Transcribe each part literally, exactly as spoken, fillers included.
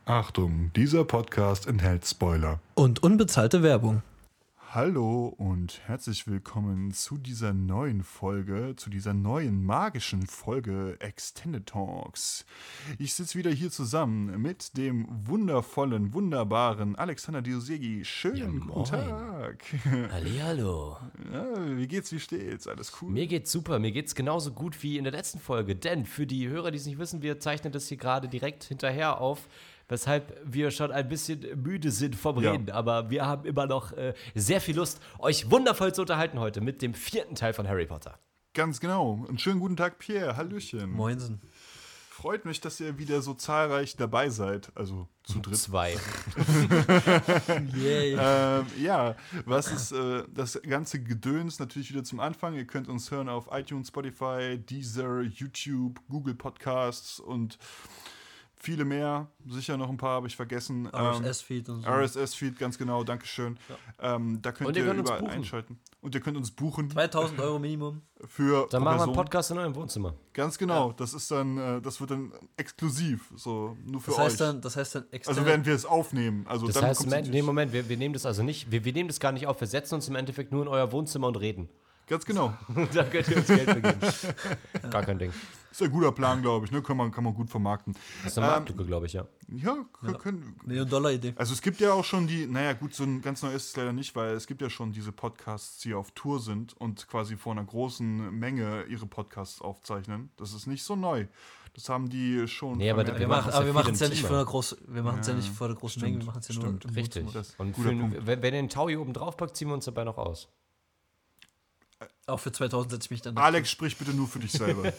Achtung, dieser Podcast enthält Spoiler. Und unbezahlte Werbung. Hallo und herzlich willkommen zu dieser neuen Folge, zu dieser neuen magischen Folge Extended Talks. Ich sitze wieder hier zusammen mit dem wundervollen, wunderbaren Alexander Diosegi. Schönen Ja, guten moin. Tag. Hallihallo. Ja, wie geht's, wie steht's? Alles cool? Mir geht's super, mir geht's genauso gut wie in der letzten Folge, denn für die Hörer, die es nicht wissen, wir zeichnen das hier gerade direkt hinterher auf, weshalb wir schon ein bisschen müde sind vom Ja. Reden, aber wir haben immer noch äh, sehr viel Lust, euch wundervoll zu unterhalten heute mit dem vierten Teil von Harry Potter. Ganz genau. Und schönen guten Tag, Pierre. Hallöchen. Moinsen. Freut mich, dass ihr wieder so zahlreich dabei seid. Also zu dritt. Zwei. Yay. ähm, ja, was ist äh, das ganze Gedöns natürlich wieder zum Anfang. Ihr könnt uns hören auf iTunes, Spotify, Deezer, YouTube, Google Podcasts und viele mehr. Sicher noch ein paar habe ich vergessen. R S S-Feed und so. R S S-Feed, ganz genau, Dankeschön. Ähm, da könnt Und ihr ihr könnt uns überall buchen. einschalten. Und ihr könnt uns buchen zweitausend Euro Minimum. für Dann pro machen wir einen Person. Podcast in eurem Wohnzimmer. Ganz genau, das ist dann, äh, das wird dann exklusiv, so nur für Das heißt euch. dann, das heißt dann extra. also werden wir es aufnehmen. Also Das dann heißt, bekommt's im, nee, natürlich- Moment, wir, wir nehmen das also nicht, wir, wir nehmen das gar nicht auf, wir setzen uns im Endeffekt nur in euer Wohnzimmer und reden. Ganz genau. Da könnt ihr uns Geld vergeben. Gar kein Ding. Ist ein guter Plan, glaube ich. Ne? Kann man, kann man gut vermarkten. Das ist eine Marktlücke, glaube ich, ja. Ja, k- können. Million-Dollar-Idee. Also es gibt ja auch schon die, naja gut, so ein ganz neu ist es leider nicht, weil es gibt ja schon diese Podcasts, die auf Tour sind und quasi vor einer großen Menge ihre Podcasts aufzeichnen. Das ist nicht so neu. Das haben die schon. Nee, aber vermehrt Wir wir gemacht. machen, machen's aber ja wir viel machen es im ja nicht Zimmer. vor der groß, wir machen es ja Ja, nicht vor der großen stimmt, Menge, wir machen es ja nur stimmt. im Richtig. Wohnzimmer. Das- Und guter für, Punkt. wenn, wenn ihr den Taui oben drauf packt, ziehen wir uns dabei noch aus. Auch für zweitausend setze ich mich dann Alex, sprich bitte nur für dich selber.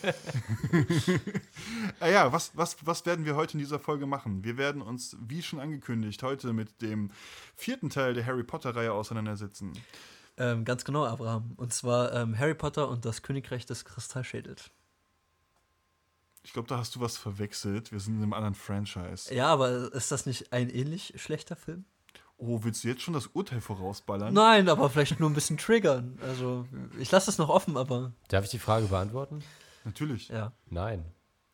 ah ja, was, was, was werden wir heute in dieser Folge machen? Wir werden uns, wie schon angekündigt, heute mit dem vierten Teil der Harry Potter-Reihe auseinandersetzen. Ähm, ganz genau, Abraham. Und zwar ähm, Harry Potter und das Königreich des Kristallschädels. Ich glaube, da hast du was verwechselt. Wir sind in einem anderen Franchise. Ja, aber ist das nicht ein ähnlich schlechter Film? Oh, willst du jetzt schon das Urteil vorausballern? Nein, aber vielleicht nur ein bisschen triggern. Also, ich lasse es noch offen, aber Darf ich die Frage beantworten? Natürlich. ja. Nein.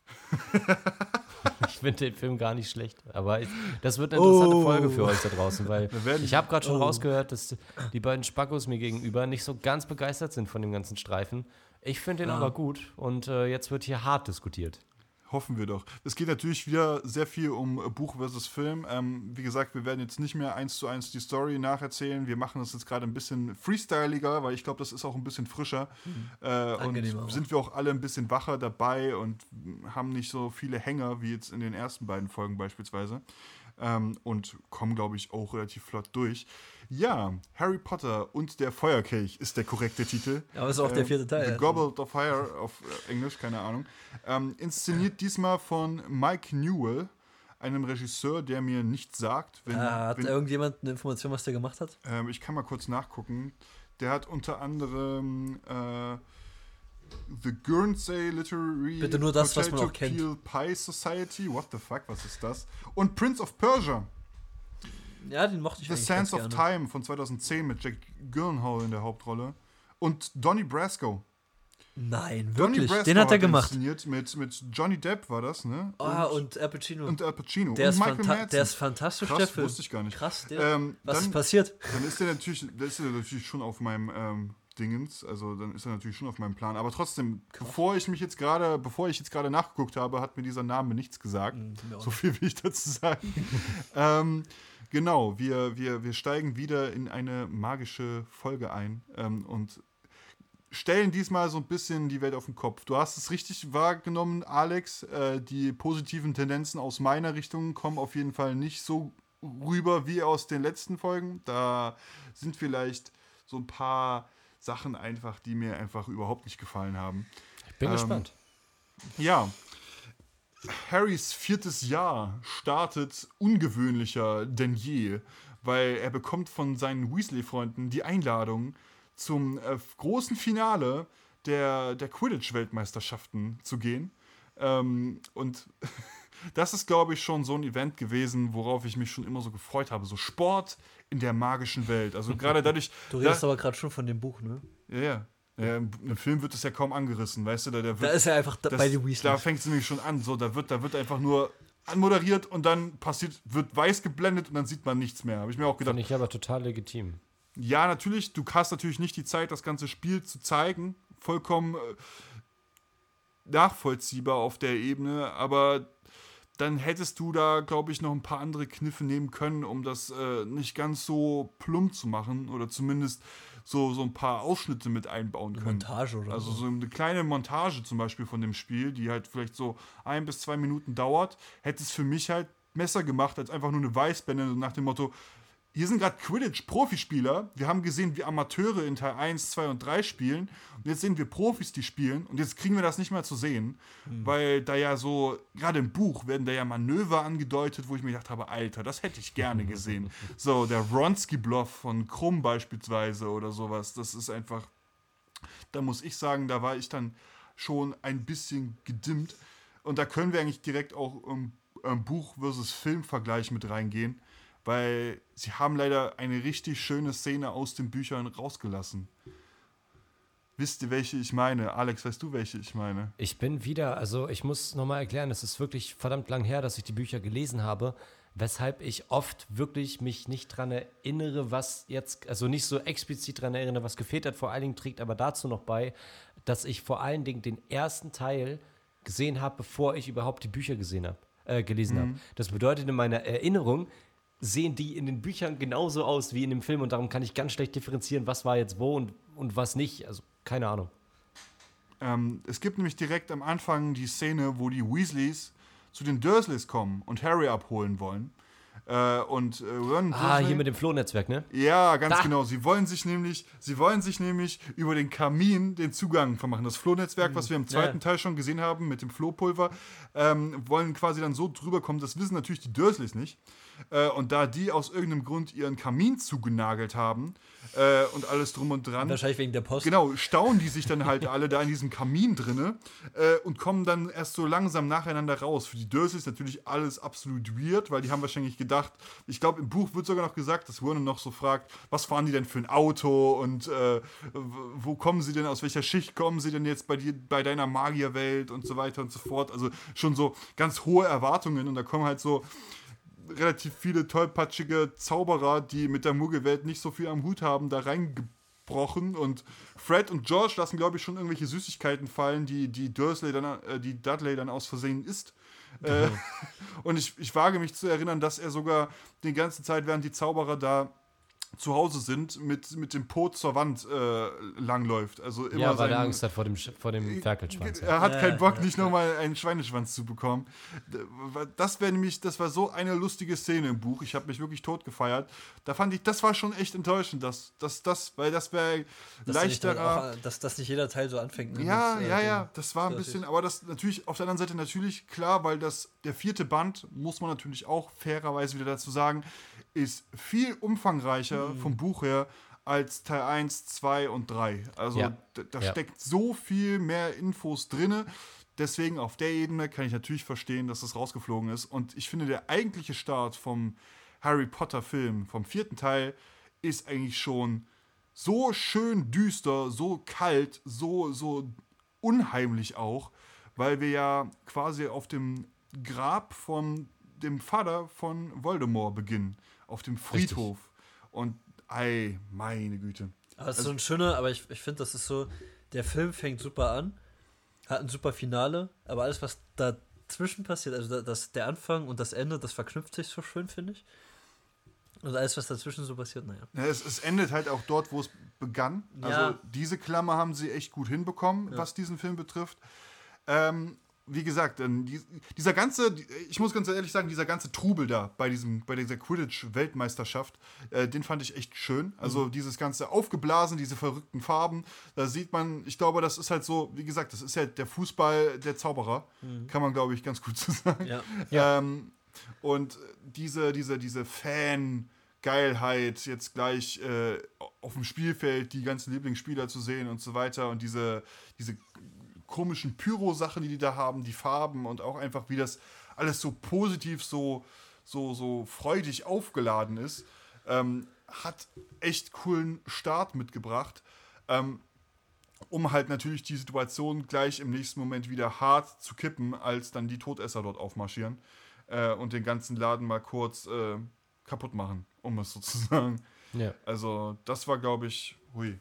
Ich finde den Film gar nicht schlecht. Aber ich, das wird eine interessante Oh. Folge für euch da draußen, weil Wir werden- ich habe gerade schon Oh. rausgehört, dass die beiden Spackos mir gegenüber nicht so ganz begeistert sind von dem ganzen Streifen. Ich finde den Ja. aber gut und äh, jetzt wird hier hart diskutiert. Hoffen wir doch. Es geht natürlich wieder sehr viel um äh, Buch versus Film. Ähm, wie gesagt, wir werden jetzt nicht mehr eins zu eins die Story nacherzählen. Wir machen das jetzt gerade ein bisschen freestyliger, weil ich glaube, das ist auch ein bisschen frischer. Äh, Angenehmer und auch. sind wir auch alle ein bisschen wacher dabei und haben nicht so viele Hänger wie jetzt in den ersten beiden Folgen beispielsweise. Ähm, und kommen, glaube ich, auch relativ flott durch. Ja, Harry Potter und der Feuerkelch ist der korrekte Titel. Aber ist auch der vierte Teil, The also. Goblet of Fire auf äh, Englisch, keine Ahnung. Ähm, inszeniert diesmal von Mike Newell, einem Regisseur, der mir nichts sagt. Wenn, Äh, hat wenn, irgendjemand eine Information, was der gemacht hat? ähm, ich kann mal kurz nachgucken. Der hat unter anderem äh, The Guernsey Literary Bitte nur das, was man Potato auch kennt. Peel Pie Society. What the fuck, was ist das? Und Prince of Persia. Ja, den mochte ich The eigentlich Sands ganz of gerne. Time von zweitausendzehn mit Jack Gyllenhaal in der Hauptrolle. Und Donnie Brasco. Nein, Donnie wirklich. Brasco Den hat er gemacht. inszeniert mit, mit Johnny Depp war das, ne? Ah, und Al Pacino. und Al Pacino. der, und ist Michael fanta- Madsen. der ist fantastisch, Krass, der Film. wusste ich gar nicht. Krass, der. Ähm, was dann, ist passiert? Dann ist der natürlich, der ist der natürlich schon auf meinem ähm, Dingens, also dann ist er natürlich schon auf meinem Plan. Aber trotzdem, bevor ich mich jetzt gerade, bevor ich jetzt gerade nachgeguckt habe, hat mir dieser Name nichts gesagt. Hm, mir auch So viel will ich dazu sagen. ähm, genau, wir, wir, wir steigen wieder in eine magische Folge ein ähm, und stellen diesmal so ein bisschen die Welt auf den Kopf. Du hast es richtig wahrgenommen, Alex. Äh, die positiven Tendenzen aus meiner Richtung kommen auf jeden Fall nicht so rüber wie aus den letzten Folgen. Da sind vielleicht so ein paar Sachen einfach, die mir einfach überhaupt nicht gefallen haben. Ich bin Ähm, gespannt. Ja, Harrys viertes Jahr startet ungewöhnlicher denn je, weil er bekommt von seinen Weasley-Freunden die Einladung, zum äh, großen Finale der, der Quidditch-Weltmeisterschaften zu gehen. Ähm, und das ist, glaube ich, schon so ein Event gewesen, worauf ich mich schon immer so gefreut habe. So Sport in der magischen Welt. Also gerade dadurch... Du redest da, aber gerade schon von dem Buch, ne? ja, ja. Ja, im, im Film wird es ja kaum angerissen, weißt du? Da, der wird, Da ist er einfach da, das, bei den Weasleys. Da fängt es nämlich schon an. So, da, wird, da wird einfach nur anmoderiert und dann passiert, wird weiß geblendet und dann sieht man nichts mehr. Habe ich mir auch gedacht. Finde ich aber total legitim. Ja, natürlich, du hast natürlich nicht die Zeit, das ganze Spiel zu zeigen. Vollkommen äh, nachvollziehbar auf der Ebene, aber dann hättest du da, glaube ich, noch ein paar andere Kniffe nehmen können, um das äh, nicht ganz so plump zu machen oder zumindest so, so ein paar Ausschnitte mit einbauen Eine können. Montage oder Also so. so eine kleine Montage zum Beispiel von dem Spiel, die halt vielleicht so ein bis zwei Minuten dauert, hätte es für mich halt besser gemacht, als einfach nur eine Weißblende nach dem Motto, hier sind gerade Quidditch-Profispieler. Wir haben gesehen, wie Amateure in Teil eins, zwei und drei spielen. Und jetzt sehen wir Profis, die spielen. Und jetzt kriegen wir das nicht mehr zu sehen. Mhm. Weil da ja so, gerade im Buch werden da ja Manöver angedeutet, wo ich mir gedacht habe, Alter, das hätte ich gerne gesehen. So, der Wronski-Bluff von Krumm beispielsweise oder sowas. Das ist einfach, da muss ich sagen, da war ich dann schon ein bisschen gedimmt. Und da können wir eigentlich direkt auch im, im Buch versus Film-Vergleich mit reingehen. Weil sie haben leider eine richtig schöne Szene aus den Büchern rausgelassen. Wisst ihr, welche ich meine? Alex, weißt du, welche ich meine? Ich bin wieder, also ich muss nochmal erklären, es ist wirklich verdammt lang her, dass ich die Bücher gelesen habe, weshalb ich oft wirklich mich nicht dran erinnere, was jetzt, also nicht so explizit dran erinnere, was gefehlt hat. Vor allen Dingen trägt aber dazu noch bei, dass ich vor allen Dingen den ersten Teil gesehen habe, bevor ich überhaupt die Bücher gesehen habe, äh, gelesen Mhm. habe. Das bedeutet, in meiner Erinnerung sehen die in den Büchern genauso aus wie in dem Film und darum kann ich ganz schlecht differenzieren, was war jetzt wo und, und was nicht. Also keine Ahnung. Ähm, es gibt nämlich direkt am Anfang die Szene, wo die Weasleys zu den Dursleys kommen und Harry abholen wollen. Äh, und äh, Ron Ah, Dursley, hier mit dem Flohnetzwerk, ne? ja, ganz Da. genau. Sie wollen sich nämlich, sie wollen sich nämlich über den Kamin den Zugang vermachen. Das Flohnetzwerk, was wir im zweiten Ja. Teil schon gesehen haben mit dem Flohpulver, ähm, wollen quasi dann so drüber kommen. Das wissen natürlich die Dursleys nicht. Äh, und da die aus irgendeinem Grund ihren Kamin zugenagelt haben äh, und alles drum und dran, Wahrscheinlich wegen der Post. genau, stauen die sich dann halt alle da in diesem Kamin drinne äh, und kommen dann erst so langsam nacheinander raus. Für die Dursleys natürlich alles absolut weird, weil die haben wahrscheinlich gedacht, ich glaube im Buch wird sogar noch gesagt, dass Vernon noch so fragt, was fahren die denn für ein Auto und äh, wo kommen sie denn, aus welcher Schicht kommen sie denn jetzt bei dir, bei deiner Magierwelt und so weiter und so fort. Also schon so ganz hohe Erwartungen und da kommen halt so relativ viele tollpatschige Zauberer, die mit der Muggelwelt nicht so viel am Hut haben, da reingebrochen und Fred und George lassen, glaube ich, schon irgendwelche Süßigkeiten fallen, die die Dursley dann, äh, die Dudley dann aus Versehen isst. Äh, und ich, ich wage mich zu erinnern, dass er sogar die ganze Zeit, während die Zauberer da zu Hause sind, mit, mit dem Po zur Wand äh, langläuft. Also immer Ja, weil er sein- Angst hat vor dem, Sch- vor dem Ferkelschwanz. Er hat Ja, keinen Bock, ja, nicht ja. nochmal einen Schweineschwanz zu bekommen. Das wäre nämlich, das war so eine lustige Szene im Buch. Ich habe mich wirklich tot gefeiert. Da fand ich, das war schon echt enttäuschend, dass dass das, weil das wäre Dass, du nicht halt leichterer. auch, dass, dass nicht jeder Teil so anfängt. Ne? Ja, Mit, äh, ja, dem- ja, das war ein das bisschen, ist- aber das natürlich, auf der anderen Seite natürlich klar, weil das, der vierte Band, muss man natürlich auch fairerweise wieder dazu sagen, ist viel umfangreicher Mhm. vom Buch her als Teil eins, zwei und drei. Also Ja. da, da Ja. steckt so viel mehr Infos drin. Deswegen auf der Ebene kann ich natürlich verstehen, dass das rausgeflogen ist. Und ich finde, der eigentliche Start vom Harry Potter Film, vom vierten Teil, ist eigentlich schon so schön düster, so kalt, so, so unheimlich auch, weil wir ja quasi auf dem Grab von dem Vater von Voldemort beginnen, auf dem Friedhof. Und ei, meine Güte. Aber es ist so ein schöner, aber ich, ich finde, das ist so, der Film fängt super an, hat ein super Finale, aber alles, was dazwischen passiert, also da- das, der Anfang und das Ende, das verknüpft sich so schön, finde ich. Und alles, was dazwischen so passiert, naja. Ja, es, es endet halt auch dort, wo es begann. Also Ja. diese Klammer haben sie echt gut hinbekommen, Ja. was diesen Film betrifft. Ähm, wie gesagt, ähm, die, dieser ganze, die- ich muss ganz ehrlich sagen, dieser ganze Trubel da bei, diesem, bei dieser Quidditch-Weltmeisterschaft, äh, den fand ich echt schön. Also Mhm. dieses ganze Aufgeblasen, diese verrückten Farben, da sieht man, ich glaube, das ist halt so, wie gesagt, das ist ja der Fußball der Zauberer, kann man, glaube ich, ganz gut so sagen. Ja. Ähm, und diese, diese, diese Fan-Geilheit, jetzt gleich äh, auf dem Spielfeld die ganzen Lieblingsspieler zu sehen und so weiter und diese, diese komischen Pyro-Sachen, die die da haben, die Farben und auch einfach, wie das alles so positiv, so, so, so freudig aufgeladen ist, ähm, hat echt coolen Start mitgebracht. Ähm, um halt natürlich die Situation gleich im nächsten Moment wieder hart zu kippen, als dann die Todesser dort aufmarschieren. äh, und den ganzen Laden mal kurz äh, kaputt machen, um es so zu sagen. Ja. Also das war, glaube ich, hui.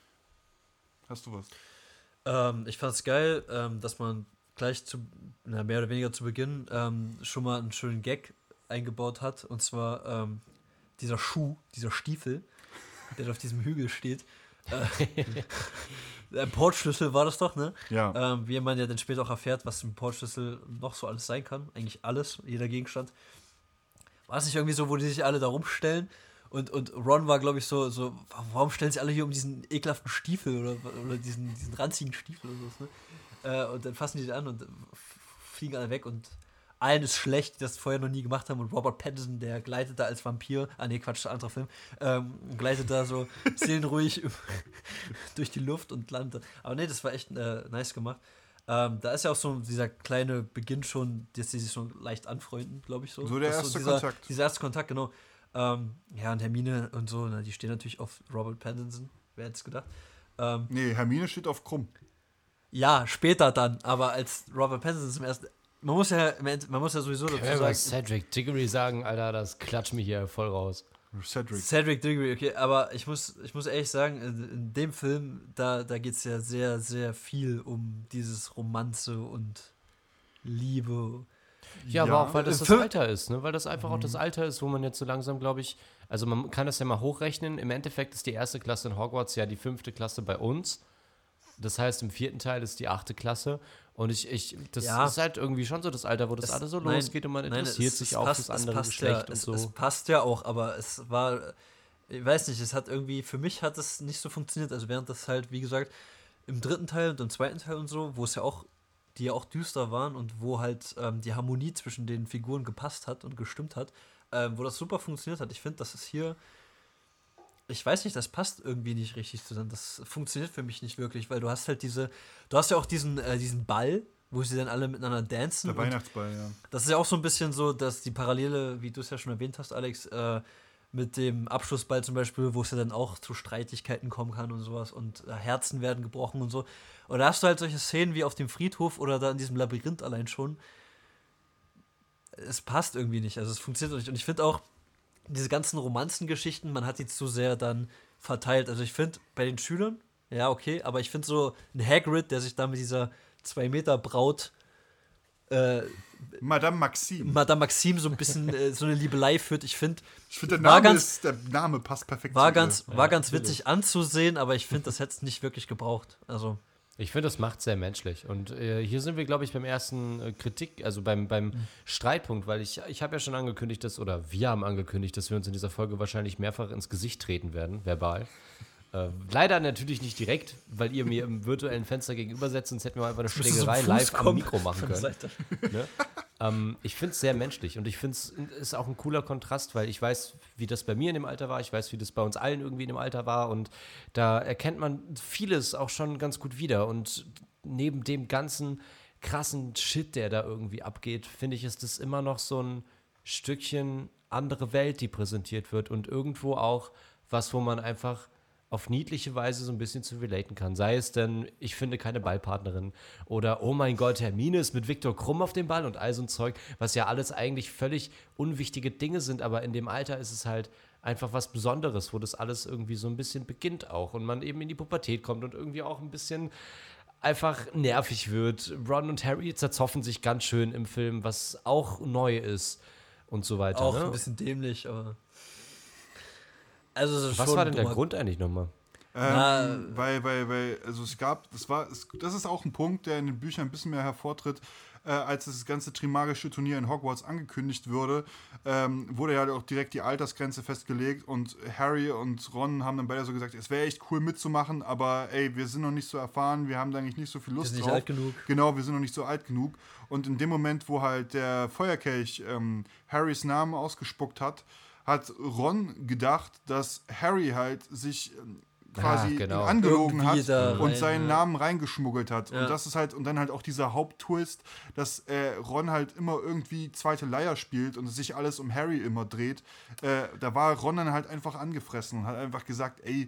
Hast du was? Ähm, ich fand's geil, ähm, dass man gleich zu, na, mehr oder weniger zu Beginn ähm, schon mal einen schönen Gag eingebaut hat. Und zwar ähm, dieser Schuh, dieser Stiefel, der auf diesem Hügel steht. Äh, ein Portschlüssel war das doch, ne? Ja. Ähm, wie man ja dann später auch erfährt, was ein Portschlüssel noch so alles sein kann. Eigentlich alles, jeder Gegenstand. War es nicht irgendwie so, wo die sich alle da rumstellen? Und, und Ron war, glaube ich, so, so, warum stellen sie alle hier um diesen ekelhaften Stiefel oder, oder diesen, diesen ranzigen Stiefel oder so, ne? Äh, und dann fassen die den an und fliegen alle weg und allen ist schlecht, die das vorher noch nie gemacht haben. Und Robert Pattinson, der gleitet da als Vampir, ah ne, Quatsch, anderer Film, ähm, gleitet da so seelenruhig durch die Luft und landet. Aber ne, das war echt äh, nice gemacht. Ähm, da ist ja auch so dieser kleine Beginn schon, dass sie sich schon leicht anfreunden, glaube ich so. So der Das erste dieser, Kontakt. Dieser erste Kontakt, genau. Ähm, ja, und Hermine und so, na, die stehen natürlich auf Robert Pattinson, wer hätte es gedacht. Ähm, Nee, Hermine steht auf Krumm. ja, später dann, aber als Robert Pattinson zum ersten. Man muss ja, man muss ja sowieso dazu Können wir sagen. mal Cedric Diggory sagen, Alter, das klatscht mich hier voll raus. Cedric. Cedric Diggory, okay, aber ich muss, ich muss ehrlich sagen, in, in dem Film, da, da geht es ja sehr, sehr viel um dieses Romanze und Liebe. Ja, Ja. aber auch, weil das Äh, das Film- Alter ist, ne? Weil das einfach auch das Alter ist, wo man jetzt so langsam, glaube ich, also man kann das ja mal hochrechnen. Im Endeffekt ist die erste Klasse in Hogwarts ja die fünfte Klasse bei uns. Das heißt, im vierten Teil ist die achte Klasse. Und ich, ich, das Ja. ist halt irgendwie schon so das Alter, wo das Es- alles so nein, losgeht und man nein, interessiert es- sich es auch passt- fürs es andere passt Geschlecht ja, und es, so. Es passt ja auch, aber es war, ich weiß nicht, es hat irgendwie, für mich hat es nicht so funktioniert. Also während das halt, wie gesagt, im dritten Teil und im zweiten Teil und so, wo es ja auch, die ja auch düster waren und wo halt ähm, die Harmonie zwischen den Figuren gepasst hat und gestimmt hat, ähm, wo das super funktioniert hat. Ich finde, das ist hier, ich weiß nicht, das passt irgendwie nicht richtig zusammen. Das funktioniert für mich nicht wirklich, weil du hast halt diese, du hast ja auch diesen, äh, diesen Ball, wo sie dann alle miteinander dancen. Der und Weihnachtsball, ja. das ist ja auch so ein bisschen so, dass die Parallele, wie du es ja schon erwähnt hast, Alex, äh, mit dem Abschlussball zum Beispiel, wo es ja dann auch zu Streitigkeiten kommen kann und sowas und äh, Herzen werden gebrochen und so. Und da hast du halt solche Szenen wie auf dem Friedhof oder da in diesem Labyrinth allein schon. Es passt irgendwie nicht, also es funktioniert nicht. Und ich finde auch, diese ganzen Romanzengeschichten, man hat die zu sehr dann verteilt. Also ich finde, bei den Schülern, ja, okay, aber ich finde so ein Hagrid, der sich da mit dieser zwei Meter Braut äh, Madame Maxime. Madame Maxime so ein bisschen äh, so eine Liebelei führt. Ich finde, Ich finde, der war Name ganz- ist, der Name passt perfekt war zu ganz, ihr. war Ja, ganz natürlich. witzig anzusehen, aber ich finde, das hätte es nicht wirklich gebraucht. Also, Ich finde, das macht sehr menschlich. Und äh, hier sind wir, glaube ich, beim ersten äh, Kritik, also beim, beim Mhm. Streitpunkt, weil ich, ich habe ja schon angekündigt, dass, oder wir haben angekündigt, dass wir uns in dieser Folge wahrscheinlich mehrfach ins Gesicht treten werden, verbal. Äh, leider natürlich nicht direkt, weil ihr mir im virtuellen Fenster gegenüber setzt, sonst hätten wir einfach eine müsste so Schlägerei ein Fuß live am kommen Mikro machen von der können. Seite. Ne? ähm, ich finde es sehr menschlich und ich finde es ist auch ein cooler Kontrast, weil ich weiß, wie das bei mir in dem Alter war, ich weiß, wie das bei uns allen irgendwie in dem Alter war und da erkennt man vieles auch schon ganz gut wieder und neben dem ganzen krassen Shit, der da irgendwie abgeht, finde ich, ist das immer noch so ein Stückchen andere Welt, die präsentiert wird und irgendwo auch was, wo man einfach auf niedliche Weise so ein bisschen zu relaten kann. Sei es denn, ich finde keine Ballpartnerin oder oh mein Gott, Hermine ist mit Viktor Krumm auf dem Ball und all so ein Zeug, was ja alles eigentlich völlig unwichtige Dinge sind, aber in dem Alter ist es halt einfach was Besonderes, wo das alles irgendwie so ein bisschen beginnt auch und man eben in die Pubertät kommt und irgendwie auch ein bisschen einfach nervig wird. Ron und Harry zerzoffen sich ganz schön im Film, was auch neu ist und so weiter. Auch ne? ein bisschen dämlich, aber. Also, es ist Was schon war denn der dummer- Grund eigentlich nochmal? Na, Ähm, weil, weil, weil, also es gab, das war, es, das ist auch ein Punkt, der in den Büchern ein bisschen mehr hervortritt, äh, als das ganze Trimagische Turnier in Hogwarts angekündigt wurde, ähm, wurde ja halt auch direkt die Altersgrenze festgelegt und Harry und Ron haben dann beide so gesagt, es wäre echt cool mitzumachen, aber ey, wir sind noch nicht so erfahren, wir haben da eigentlich nicht so viel Wir Lust sind nicht drauf. alt genug. Genau, wir sind noch nicht so alt genug. Und in dem Moment, wo halt der Feuerkelch ähm, Harrys Namen ausgespuckt hat, hat Ron gedacht, dass Harry halt sich ähm, quasi Ah, genau. ihn angelogen Irgendwie hat da und rein, seinen ja. Namen reingeschmuggelt hat. Ja. Und das ist halt, und dann halt auch dieser Haupttwist, dass äh, Ron halt immer irgendwie zweite Leier spielt und sich alles um Harry immer dreht. Äh, da war Ron dann halt einfach angefressen und hat einfach gesagt, ey,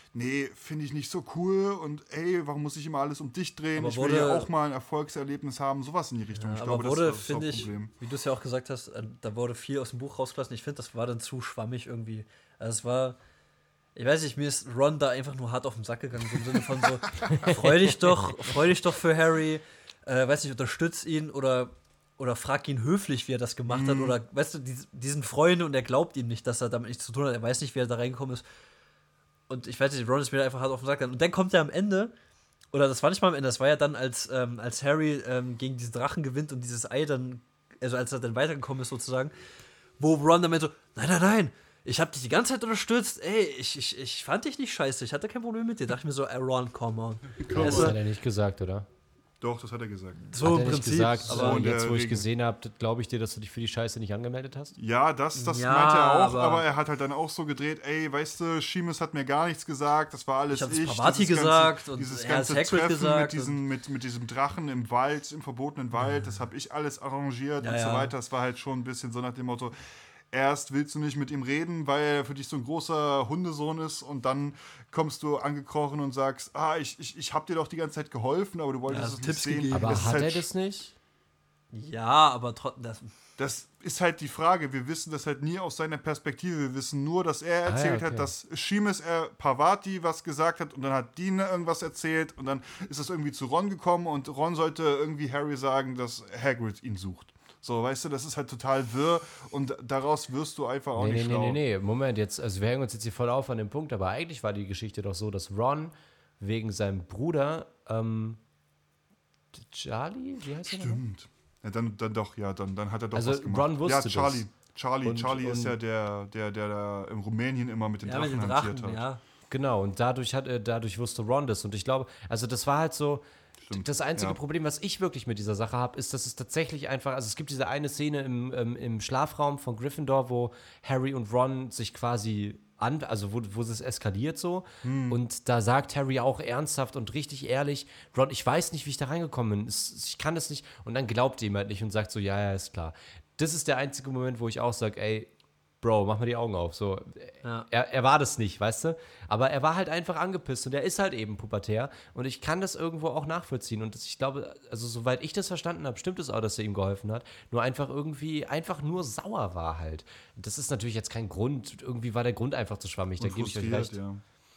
nee, finde ich nicht so cool und ey, warum muss ich immer alles um dich drehen? Aber Ich will wurde- ja auch mal ein Erfolgserlebnis haben, sowas in die Richtung. Ja, ich aber glaube, wurde, das ist das finde ich, Hauptproblem. wie du es ja auch gesagt hast, äh, da wurde viel aus dem Buch rausgelassen. Ich finde, das war dann zu schwammig irgendwie. Also es war, ich weiß nicht, mir ist Ron da einfach nur hart auf den Sack gegangen, so im Sinne von so, freu dich doch, freu dich doch für Harry, äh, weiß nicht, unterstütz ihn oder, oder frag ihn höflich, wie er das gemacht Mhm. hat oder, weißt du, die, die sind Freunde und er glaubt ihm nicht, dass er damit nichts zu tun hat, er weiß nicht, wie er da reingekommen ist. Und ich weiß nicht, Ron ist mir da einfach hart auf den Sack gegangen. Und dann kommt er am Ende, oder das war nicht mal am Ende, das war ja dann, als, ähm, als Harry ähm, gegen diesen Drachen gewinnt und dieses Ei dann, also als er dann weitergekommen ist sozusagen, wo Ron dann meint so, nein, nein, nein, ich hab dich die ganze Zeit unterstützt, ey, ich, ich, ich fand dich nicht scheiße, ich hatte kein Problem mit dir. Dachte ich mir so, ey, Ron, come on. Come Das Also, hat er nicht gesagt, oder? Doch, das hat er gesagt. so hat im er nicht Prinzip, gesagt, so aber in der jetzt, wo ich Regel. gesehen habe, glaube ich dir, dass du dich für die Scheiße nicht angemeldet hast? Ja, das, das Ja, meinte er auch, aber- aber er hat halt dann auch so gedreht, ey, weißt du, Seamus hat mir gar nichts gesagt, das war alles Ich hab's ich. Pavati dieses gesagt ganze, und dieses er hat's ganze Hagrid Treffen gesagt mit, diesen, mit, mit diesem Drachen im Wald, im verbotenen Wald, das habe ich alles arrangiert Ja, und so ja. weiter. Das war halt schon ein bisschen so nach dem Motto, erst willst du nicht mit ihm reden, weil er für dich so ein großer Hundesohn ist und dann kommst du angekrochen und sagst, ah, ich, ich, ich habe dir doch die ganze Zeit geholfen, aber du wolltest Ja, es so nicht Tipps sehen. gegeben. Aber Das ist hat halt er das nicht? ja, aber trotzdem, das, Das ist halt die Frage. Wir wissen das halt nie aus seiner Perspektive. Wir wissen nur, dass er Ah, ja, erzählt okay. hat, dass Seamus er Pavati was gesagt hat und dann hat Dean irgendwas erzählt und dann ist das irgendwie zu Ron gekommen und Ron sollte irgendwie Harry sagen, dass Hagrid ihn sucht. So, weißt du, das ist halt total wirr und daraus wirst du einfach auch Nee, nicht nee, nee, schlau. nee, nee, Moment, jetzt, also wir hängen uns jetzt hier voll auf an dem Punkt, aber eigentlich war die Geschichte doch so, dass Ron wegen seinem Bruder, ähm, Charlie, wie heißt er nochmal? Stimmt. Ja, dann, dann doch, ja, dann, dann hat er doch Also was gemacht. Ron wusste ja, das. Charlie. Charlie, Und- Charlie ist und- ja der, der, der da in Rumänien immer mit den ja, mit Drachen den hantiert Drachen, hat. ja. Genau, und dadurch hat er, dadurch wusste Ron das. Und ich glaube, also das war halt so. Stimmt, Das einzige ja. Problem, was ich wirklich mit dieser Sache habe, ist, dass es tatsächlich einfach, also es gibt diese eine Szene im, ähm, im Schlafraum von Gryffindor, wo Harry und Ron sich quasi an, also wo, wo es eskaliert so. Hm. Und da sagt Harry auch ernsthaft und richtig ehrlich, Ron, ich weiß nicht, wie ich da reingekommen bin. Es, ich kann das nicht. Und dann glaubt ihm halt nicht und sagt so, ja, ja, ist klar. Das ist der einzige Moment, wo ich auch sage, ey, Bro, mach mal die Augen auf. So, Ja. er, er war das nicht, weißt du? Aber er war halt einfach angepisst und er ist halt eben pubertär. Und ich kann das irgendwo auch nachvollziehen. Und das, ich glaube, also soweit ich das verstanden habe, stimmt es auch, dass er ihm geholfen hat. Nur einfach irgendwie, einfach nur sauer war halt. Das ist natürlich jetzt kein Grund. Irgendwie war der Grund einfach zu schwammig, da Und gebe ich euch frustriert, recht. ja.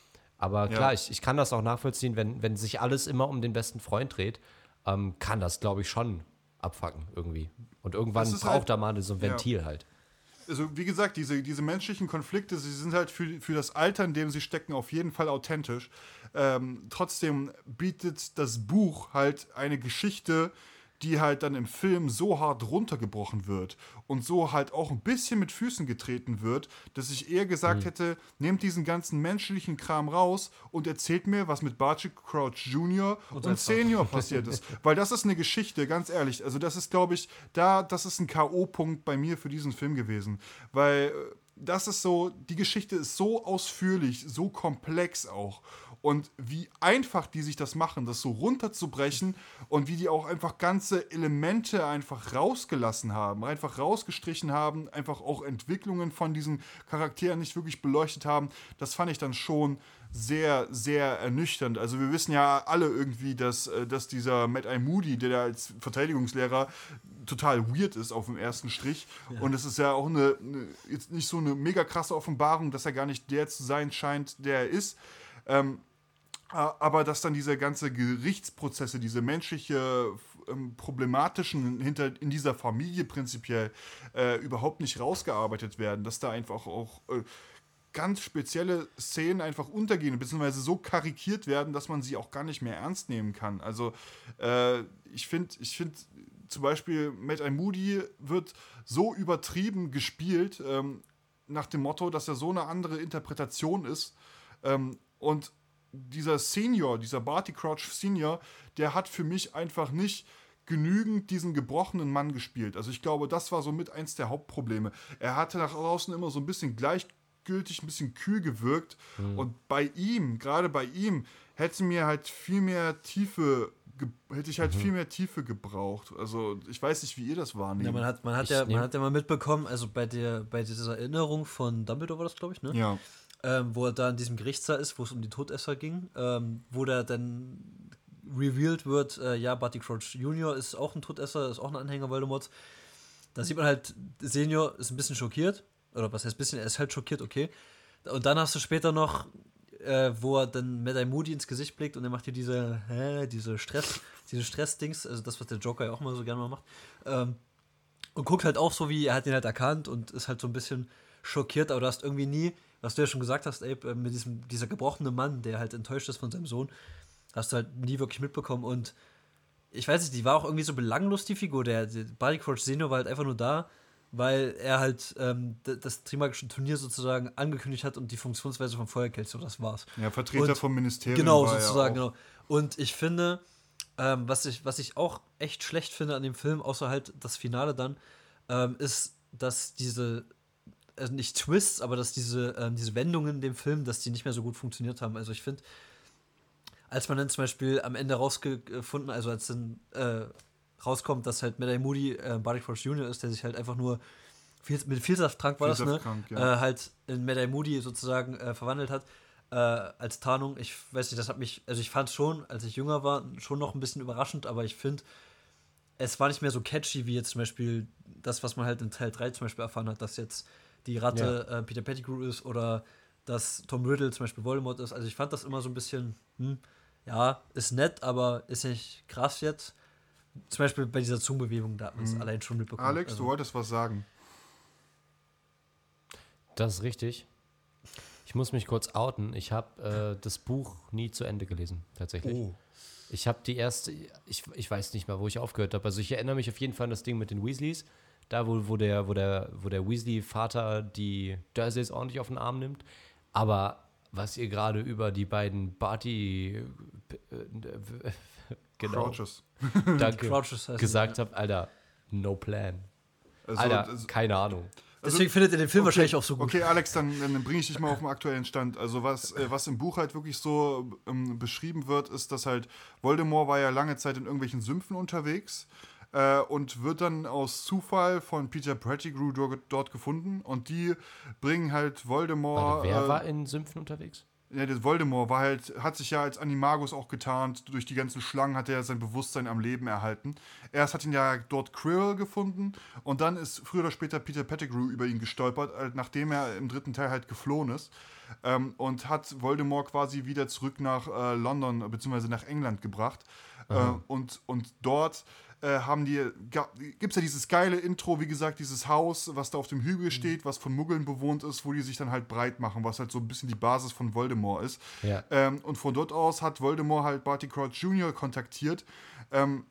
Aber Ja. klar, ich, ich kann das auch nachvollziehen, wenn, wenn sich alles immer um den besten Freund dreht, ähm, kann das, glaube ich, schon abfacken irgendwie. Und irgendwann Das ist braucht halt- da mal so ein ja. Ventil halt. Also wie gesagt, diese, diese menschlichen Konflikte, sie sind halt für, für das Alter, in dem sie stecken, auf jeden Fall authentisch. Ähm, trotzdem bietet das Buch halt eine Geschichte, die halt dann im Film so hart runtergebrochen wird und so halt auch ein bisschen mit Füßen getreten wird, dass ich eher gesagt hätte, nehmt diesen ganzen menschlichen Kram raus und erzählt mir, was mit Barty Crouch Junior und, sein Senior passiert ist. Weil das ist eine Geschichte, ganz ehrlich. Also das ist, glaube ich, da, das ist ein K O-Punkt bei mir für diesen Film gewesen. Weil äh, das ist so, die Geschichte ist so ausführlich, so komplex auch. Und wie einfach die sich das machen, das so runterzubrechen und wie die auch einfach ganze Elemente einfach rausgelassen haben, einfach rausgestrichen haben, einfach auch Entwicklungen von diesen Charakteren nicht wirklich beleuchtet haben, das fand ich dann schon sehr, sehr ernüchternd. Also wir wissen ja alle irgendwie, dass, äh, dass dieser Mad Eye Moody, der da als Verteidigungslehrer total weird ist auf dem ersten Strich. Und es ist ja auch eine, eine, jetzt nicht so eine mega krasse Offenbarung, dass er gar nicht der zu sein scheint, der er ist. Ähm, aber dass dann diese ganze Gerichtsprozesse, diese menschliche ähm, problematischen hinter in dieser Familie prinzipiell äh, überhaupt nicht rausgearbeitet werden, dass da einfach auch äh, ganz spezielle Szenen einfach untergehen, beziehungsweise so karikiert werden, dass man sie auch gar nicht mehr ernst nehmen kann. Also äh, ich finde, ich finde zum Beispiel Mad Eye Moody wird so übertrieben gespielt, ähm, nach dem Motto, dass er so eine andere Interpretation ist. Ähm, und dieser Senior, dieser Barty Crouch Senior, der hat für mich einfach nicht genügend diesen gebrochenen Mann gespielt. Also ich glaube, das war so mit eins der Hauptprobleme. Er hatte nach außen immer so ein bisschen gleichgültig, ein bisschen kühl gewirkt. Mhm. Und bei ihm, gerade bei ihm, hätte mir halt viel mehr Tiefe, hätte ich halt mhm. viel mehr Tiefe gebraucht. Also ich weiß nicht, wie ihr das wahrnehmt. Ja, man hat, man hat, ja, man hat ja mal mitbekommen, also bei der, bei dieser Erinnerung von Dumbledore war das, glaube ich, ne? Ja. ähm, wo er da in diesem Gerichtssaal ist, wo es um die Todesser ging, ähm, wo da dann revealed wird, äh, ja, Barty Crouch Junior ist auch ein Todesser, ist auch ein Anhänger Voldemorts. Da sieht man halt, Senior ist ein bisschen schockiert, oder was heißt ein bisschen, er ist halt schockiert, okay. Und dann hast du später noch, äh, wo er dann Mad-Eye Moody ins Gesicht blickt und er macht hier diese, hä, diese Stress, diese Stress-Dings, also das, was der Joker ja auch mal so gerne mal macht, ähm, und guckt halt auch so, wie, er hat ihn halt erkannt und ist halt so ein bisschen schockiert, aber du hast irgendwie nie, was du ja schon gesagt hast, Abe, mit diesem, dieser gebrochene Mann, der halt enttäuscht ist von seinem Sohn, hast du halt nie wirklich mitbekommen und ich weiß nicht, die war auch irgendwie so belanglos, die Figur, der, der Barty Crouch Senior war halt einfach nur da, weil er halt ähm, d- das Trimagische Turnier sozusagen angekündigt hat und die Funktionsweise von Feuerkelch, so das war's. Ja, Vertreter Und- vom Ministerium. Genau, war sozusagen, ja auch, genau. Und ich finde, ähm, was, ich, was ich auch echt schlecht finde an dem Film, außer halt das Finale dann, ähm, ist, dass diese, also nicht Twists, aber dass diese, ähm, diese Wendungen in dem Film, dass die nicht mehr so gut funktioniert haben. Also ich finde, als man dann zum Beispiel am Ende rausgefunden, also als dann äh, rauskommt, dass halt Mad-Eye Moody äh, Barty Crouch Junior ist, der sich halt einfach nur viel, mit Vielsafttrank war das, ne? Vielsaftkrank, ja. Äh, halt in Mad-Eye Moody sozusagen äh, verwandelt hat, äh, als Tarnung. Ich weiß nicht, das hat mich, also ich fand es schon, als ich jünger war, schon noch ein bisschen überraschend, aber ich finde, es war nicht mehr so catchy, wie jetzt zum Beispiel das, was man halt in Teil drei zum Beispiel erfahren hat, dass jetzt die Ratte äh, Peter Pettigrew ist oder dass Tom Riddle zum Beispiel Voldemort ist. Also ich fand das immer so ein bisschen, hm, ja, ist nett, aber ist nicht krass jetzt. Zum Beispiel bei dieser Zungenbewegung, da hat man es Mhm. allein schon mitbekommen. Alex, also, du wolltest was sagen. Das ist richtig. Ich muss mich kurz outen. Ich habe äh, das Buch nie zu Ende gelesen, tatsächlich. Oh. Ich habe die erste, ich, ich weiß nicht mal, wo ich aufgehört habe. Also ich erinnere mich auf jeden Fall an das Ding mit den Weasleys. Da, wo, wo der, wo der, wo der Weasley-Vater die Dursleys ordentlich auf den Arm nimmt. Aber was ihr gerade über die beiden Barty äh, äh, genau, Crouches. danke, Crouches heißt gesagt es, ja. habt, Alter, no plan. Also, Alter, also- keine Ahnung. also- Deswegen findet ihr den Film okay, wahrscheinlich auch so gut. Okay, Alex, dann, dann bringe ich dich mal auf den aktuellen Stand. Also was, äh, was im Buch halt wirklich so ähm, beschrieben wird, ist, dass halt Voldemort war ja lange Zeit in irgendwelchen Sümpfen unterwegs äh, und wird dann aus Zufall von Peter Pettigrew dort, dort gefunden und die bringen halt Voldemort... Warte, wer äh, war in Sümpfen unterwegs? Ja, der Voldemort war halt, hat sich ja als Animagus auch getarnt. Durch die ganzen Schlangen hat er sein Bewusstsein am Leben erhalten. Erst hat ihn ja dort Quirrell gefunden und dann ist früher oder später Peter Pettigrew über ihn gestolpert, äh, nachdem er im dritten Teil halt geflohen ist. Ähm, und hat Voldemort quasi wieder zurück nach äh, London bzw. nach England gebracht. Äh, und, und dort äh, haben die, gibt es ja dieses geile Intro, wie gesagt, dieses Haus, was da auf dem Hügel steht, was von Muggeln bewohnt ist, wo die sich dann halt breit machen, was halt so ein bisschen die Basis von Voldemort ist. Ja. Ähm, und von dort aus hat Voldemort halt Barty Crouch Junior kontaktiert, ähm,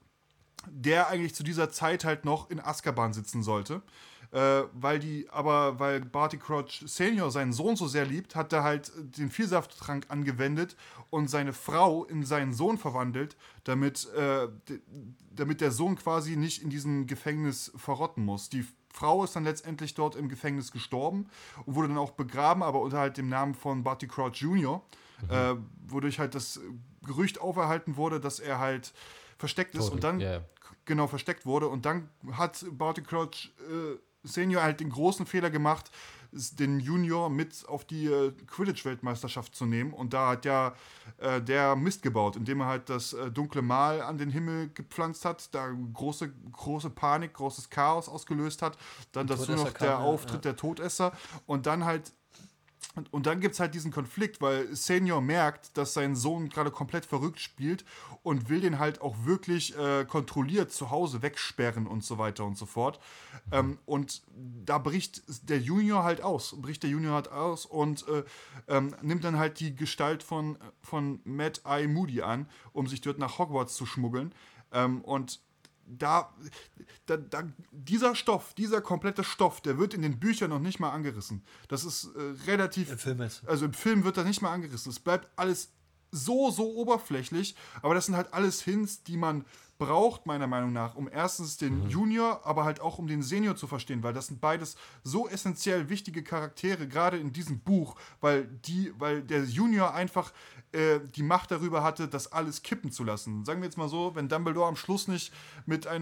der eigentlich zu dieser Zeit halt noch in Azkaban sitzen sollte. Äh, weil die, aber weil Barty Crouch Senior seinen Sohn so sehr liebt, hat er halt den Vielsafttrank angewendet und seine Frau in seinen Sohn verwandelt, damit, äh, d- damit der Sohn quasi nicht in diesem Gefängnis verrotten muss. Die Frau ist dann letztendlich dort im Gefängnis gestorben und wurde dann auch begraben, aber unter halt dem Namen von Barty Crouch Junior, mhm. äh, wodurch halt das Gerücht auferhalten wurde, dass er halt versteckt ist Total, und dann yeah. genau versteckt wurde und dann hat Barty Crouch äh, Senior halt den großen Fehler gemacht, den Junior mit auf die äh, Quidditch-Weltmeisterschaft zu nehmen. Und da hat ja äh, der Mist gebaut, indem er halt das äh, dunkle Mal an den Himmel gepflanzt hat, da große, große Panik, großes Chaos ausgelöst hat. Dann dazu Todesser noch kam, der ja, Auftritt ja. der Todesser. Und dann halt Und, und dann gibt es halt diesen Konflikt, weil Senior merkt, dass sein Sohn gerade komplett verrückt spielt und will den halt auch wirklich äh, kontrolliert zu Hause wegsperren und so weiter und so fort. Mhm. Ähm, und da bricht der Junior halt aus, bricht der Junior halt aus und äh, ähm, nimmt dann halt die Gestalt von, von Mad-Eye Moody an, um sich dort nach Hogwarts zu schmuggeln. Ähm, und Da, da, da, dieser Stoff, dieser komplette Stoff, der wird in den Büchern noch nicht mal angerissen. Das ist äh, relativ. Im Film jetzt. Also im Film wird das nicht mal angerissen. Es bleibt alles so, so oberflächlich, aber das sind halt alles Hints, die man braucht, meiner Meinung nach, um erstens den mhm. Junior, aber halt auch um den Senior zu verstehen, weil das sind beides so essentiell wichtige Charaktere, gerade in diesem Buch, weil die, weil der Junior einfach äh, die Macht darüber hatte, das alles kippen zu lassen. Sagen wir jetzt mal so, wenn Dumbledore am Schluss nicht mit einem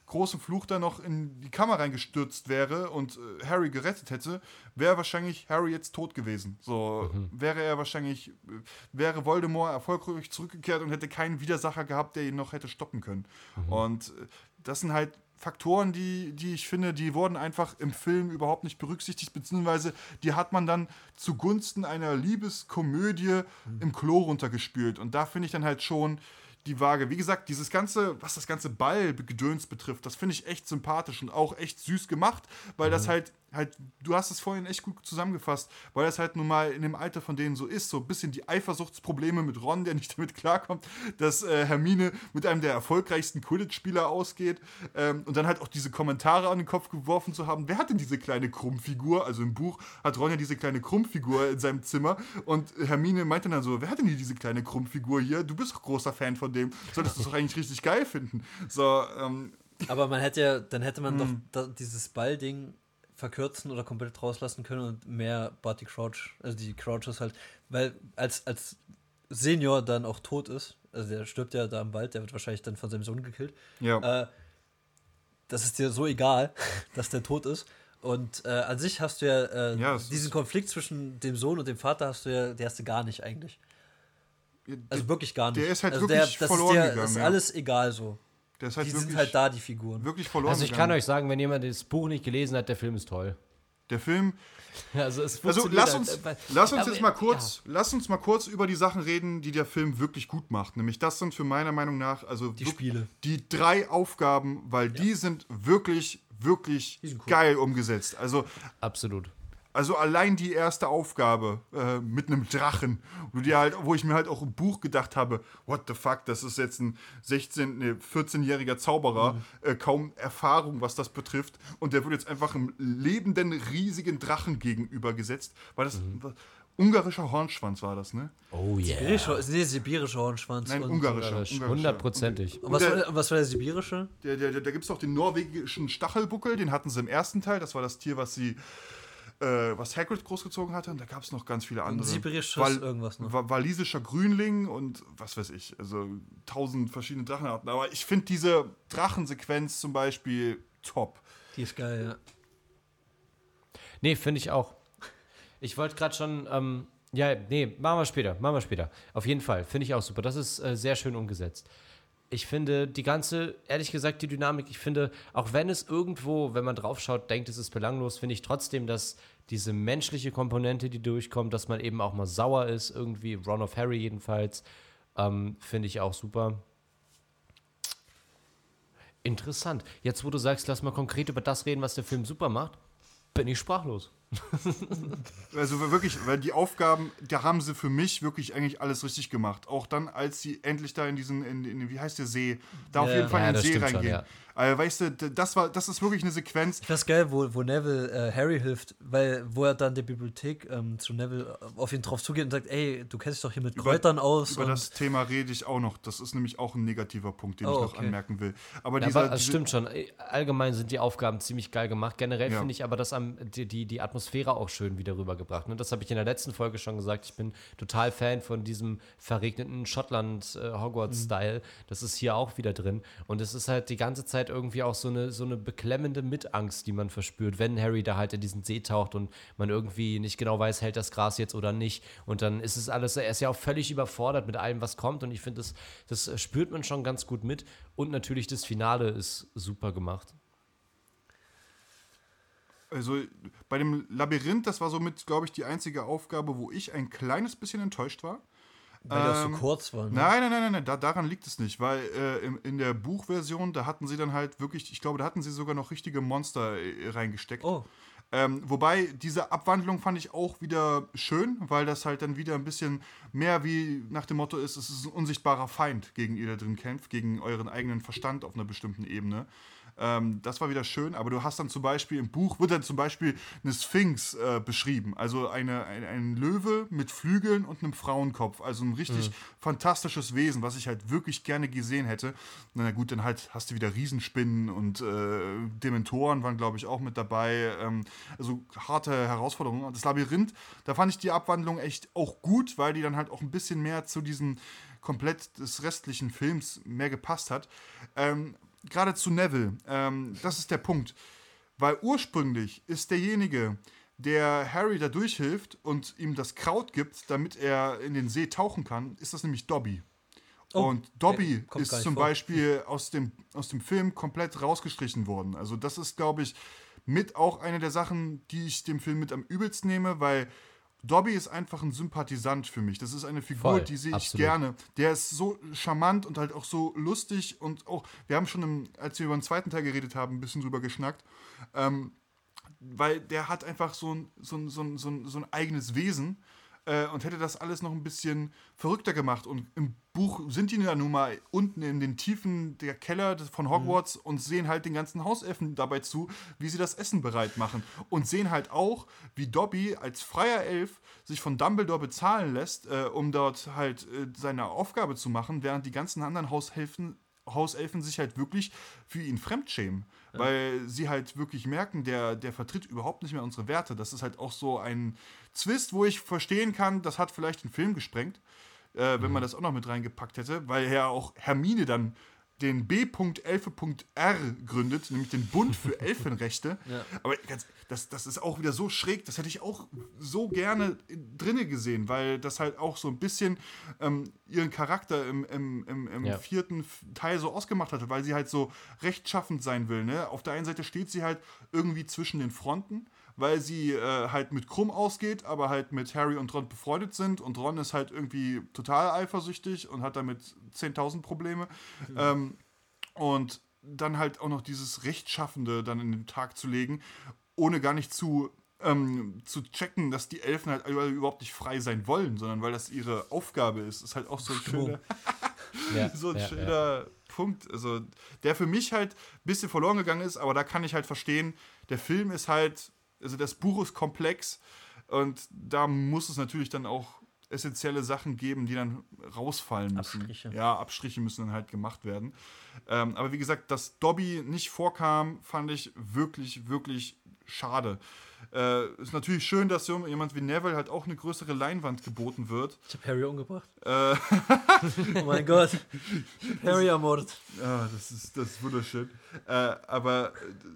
großen Fluch da noch in die Kammer reingestürzt wäre und äh, Harry gerettet hätte, wäre wahrscheinlich Harry jetzt tot gewesen. So mhm. wäre er wahrscheinlich, äh, wäre Voldemort erfolgreich zurückgekehrt und hätte keinen Widersacher gehabt, der ihn noch hätte stoppen können. Mhm. Und äh, das sind halt Faktoren, die, die ich finde, die wurden einfach im Film überhaupt nicht berücksichtigt, beziehungsweise die hat man dann zugunsten einer Liebeskomödie mhm. im Klo runtergespült. Und da finde ich dann halt schon die Waage. Wie gesagt, dieses ganze, was das ganze Ballgedöns betrifft, das finde ich echt sympathisch und auch echt süß gemacht, weil mhm. das halt, halt, du hast es vorhin echt gut zusammengefasst, weil das halt nun mal in dem Alter von denen so ist, so ein bisschen die Eifersuchtsprobleme mit Ron, der nicht damit klarkommt, dass äh, Hermine mit einem der erfolgreichsten Quidditch-Spieler ausgeht ähm, und dann halt auch diese Kommentare an den Kopf geworfen zu haben, wer hat denn diese kleine Krummfigur, also im Buch hat Ron ja diese kleine Krummfigur in seinem Zimmer und Hermine meinte dann so, wer hat denn hier diese kleine Krummfigur hier, du bist doch großer Fan von dem, solltest du es doch eigentlich richtig geil finden. So, ähm, aber man hätte ja, dann hätte man doch da, dieses Ballding verkürzen oder komplett rauslassen können und mehr Barty Crouch, also die Crouches halt, weil als, als Senior dann auch tot ist, also der stirbt ja da im Wald, der wird wahrscheinlich dann von seinem Sohn gekillt. Ja. Äh, das ist dir so egal, dass der tot ist. Und äh, an sich hast du ja, äh, ja diesen Konflikt zwischen dem Sohn und dem Vater hast du ja, der hast du gar nicht eigentlich. Also wirklich gar nicht. Der ist halt also wirklich der, das verloren ist dir, gegangen. Das ist ja. alles egal so. Der ist halt die wirklich, sind halt da, die Figuren. Wirklich verloren Also ich gegangen. kann euch sagen, wenn jemand das Buch nicht gelesen hat, der Film ist toll. Der Film... Also, es also lass uns, halt, lass uns aber, jetzt mal kurz, ja. lass uns mal kurz über die Sachen reden, die der Film wirklich gut macht. Nämlich das sind für meiner Meinung nach, also die Spiele. Die drei Aufgaben, weil ja. die sind wirklich, wirklich cool. geil umgesetzt. Also absolut. Also allein die erste Aufgabe äh, mit einem Drachen, wo, die halt, wo ich mir halt auch im Buch gedacht habe, what the fuck, das ist jetzt ein sechzehn-, nee, vierzehnjähriger Zauberer, mhm. äh, kaum Erfahrung, was das betrifft. Und der wird jetzt einfach einem lebenden, riesigen Drachen gegenübergesetzt. Weil das mhm. war, ungarischer Hornschwanz war das, ne? Oh yeah. Sibirischer, nee, sibirischer Hornschwanz. Nein, ungarischer. Hundertprozentig. Und was, war, was war der sibirische? Der, der, der, da gibt es auch den norwegischen Stachelbuckel, den hatten sie im ersten Teil. Das war das Tier, was sie... Äh, was Hagrid großgezogen hatte, und da gab es noch ganz viele andere. Sibirisches Wal- irgendwas noch. Walisischer Grünling und was weiß ich, also tausend verschiedene Drachenarten. Aber ich finde diese Drachensequenz zum Beispiel top. Die ist geil, ja. Nee, finde ich auch. Ich wollte gerade schon, ähm, ja, nee, machen wir später, machen wir später. Auf jeden Fall, finde ich auch super. Das ist äh, sehr schön umgesetzt. Ich finde die ganze, ehrlich gesagt, die Dynamik, ich finde, auch wenn es irgendwo, wenn man drauf schaut, denkt, es ist belanglos, finde ich trotzdem, dass diese menschliche Komponente, die durchkommt, dass man eben auch mal sauer ist, irgendwie, Ron of Harry jedenfalls, ähm, finde ich auch super. Interessant. Jetzt, wo du sagst, lass mal konkret über das reden, was der Film super macht, bin ich sprachlos. Also wirklich, weil die Aufgaben, da haben sie für mich wirklich eigentlich alles richtig gemacht. Auch dann, als sie endlich da in diesen, in, in wie heißt der See, da ja, auf jeden Fall ja, in den See reingehen. Schon, ja. Also, weißt du, das war, das ist wirklich eine Sequenz. Das ist geil, wo, wo Neville äh, Harry hilft, weil wo er dann in der Bibliothek ähm, zu Neville auf ihn drauf zugeht und sagt, ey, du kennst dich doch hier mit Kräutern über, aus. Über das Thema rede ich auch noch. Das ist nämlich auch ein negativer Punkt, den oh, ich noch okay. anmerken will. Aber ja, dieser, aber, das diese, stimmt schon. Allgemein sind die Aufgaben ziemlich geil gemacht. Generell ja. finde ich aber das am, die, die, die Atmosphäre auch schön wieder rübergebracht. Ne? Das habe ich in der letzten Folge schon gesagt. Ich bin total Fan von diesem verregneten Schottland-Hogwarts-Style. Äh, das ist hier auch wieder drin. Und es ist halt die ganze Zeit irgendwie auch so eine, so eine beklemmende Mitangst, die man verspürt, wenn Harry da halt in diesen See taucht und man irgendwie nicht genau weiß, hält das Gras jetzt oder nicht. Und dann ist es alles, er ist ja auch völlig überfordert mit allem, was kommt. Und ich finde, das, das spürt man schon ganz gut mit. Und natürlich das Finale ist super gemacht. Also bei dem Labyrinth, das war somit, glaube ich, die einzige Aufgabe, wo ich ein kleines bisschen enttäuscht war. Weil das ähm, so kurz war. Ne? Nein, nein, nein, nein, nein da, daran liegt es nicht, weil äh, in, in der Buchversion, da hatten sie dann halt wirklich, ich glaube, da hatten sie sogar noch richtige Monster äh, reingesteckt. Oh. Ähm, wobei, diese Abwandlung fand ich auch wieder schön, weil das halt dann wieder ein bisschen mehr wie nach dem Motto ist, es ist ein unsichtbarer Feind, gegen ihr da drin kämpft, gegen euren eigenen Verstand auf einer bestimmten Ebene. Ähm, das war wieder schön, aber du hast dann zum Beispiel im Buch, wird dann zum Beispiel eine Sphinx äh, beschrieben, also eine, ein, ein Löwe mit Flügeln und einem Frauenkopf, also ein richtig mhm. fantastisches Wesen, was ich halt wirklich gerne gesehen hätte. Na gut, dann halt hast du wieder Riesenspinnen und äh, Dementoren waren, glaube ich, auch mit dabei, ähm, also harte Herausforderungen. Und das Labyrinth, da fand ich die Abwandlung echt auch gut, weil die dann halt auch ein bisschen mehr zu diesem komplett des restlichen Films mehr gepasst hat. Ähm, gerade zu Neville, ähm, das ist der Punkt. Weil ursprünglich ist derjenige, der Harry da durchhilft und ihm das Kraut gibt, damit er in den See tauchen kann, ist das nämlich Dobby. Oh, und Dobby kommt ist gar nicht zum vor. Beispiel aus dem, aus dem Film komplett rausgestrichen worden. Also das ist, glaube ich, mit auch eine der Sachen, die ich dem Film mit am übelsten nehme, weil Dobby ist einfach ein Sympathisant für mich. Das ist eine Figur, Voll, die sehe ich absolut. gerne. Der ist so charmant und halt auch so lustig und auch, wir haben schon, im, als wir über den zweiten Teil geredet haben, ein bisschen drüber geschnackt, ähm, weil der hat einfach so ein, so ein, so ein, so ein, so ein eigenes Wesen äh, und hätte das alles noch ein bisschen verrückter gemacht. Und im Buch sind die ja nun mal unten in den Tiefen der Keller von Hogwarts mhm. und sehen halt den ganzen Hauselfen dabei zu, wie sie das Essen bereit machen. Und sehen halt auch, wie Dobby als freier Elf sich von Dumbledore bezahlen lässt, äh, um dort halt äh, seine Aufgabe zu machen, während die ganzen anderen Hauselfen Hauselfen sich halt wirklich für ihn fremdschämen. Ja. Weil sie halt wirklich merken, der, der vertritt überhaupt nicht mehr unsere Werte. Das ist halt auch so ein Zwist, wo ich verstehen kann, das hat vielleicht den Film gesprengt, äh, mhm. wenn man das auch noch mit reingepackt hätte, weil ja auch Hermine dann den B Elfe R gründet, nämlich den Bund für Elfenrechte. Ja. Aber ganz, das, das ist auch wieder so schräg, das hätte ich auch so gerne drinne gesehen, weil das halt auch so ein bisschen ähm, ihren Charakter im, im, im, im ja. vierten Teil so ausgemacht hatte, weil sie halt so rechtschaffend sein will. Ne? Auf der einen Seite steht sie halt irgendwie zwischen den Fronten, weil sie äh, halt mit Krumm ausgeht, aber halt mit Harry und Ron befreundet sind und Ron ist halt irgendwie total eifersüchtig und hat damit zehntausend Probleme. Mhm. Ähm, und dann halt auch noch dieses Rechtschaffende dann in den Tag zu legen, ohne gar nicht zu, ähm, zu checken, dass die Elfen halt überhaupt nicht frei sein wollen, sondern weil das ihre Aufgabe ist. Ist halt auch so ein schöner, ja, so ein ja, schöner ja. Punkt. Also, der für mich halt ein bisschen verloren gegangen ist, aber da kann ich halt verstehen, der Film ist halt, also das Buch ist komplex und da muss es natürlich dann auch essentielle Sachen geben, die dann rausfallen müssen. Abstriche. Ja, Abstriche müssen dann halt gemacht werden. Ähm, aber wie gesagt, dass Dobby nicht vorkam, fand ich wirklich, wirklich schade. Äh, ist natürlich schön, dass jemand wie Neville halt auch eine größere Leinwand geboten wird. Ich hab Harry umgebracht. Äh, oh mein Gott. Ich hab Harry ermordet. Ja, das ist, das ist wunderschön. Äh, aber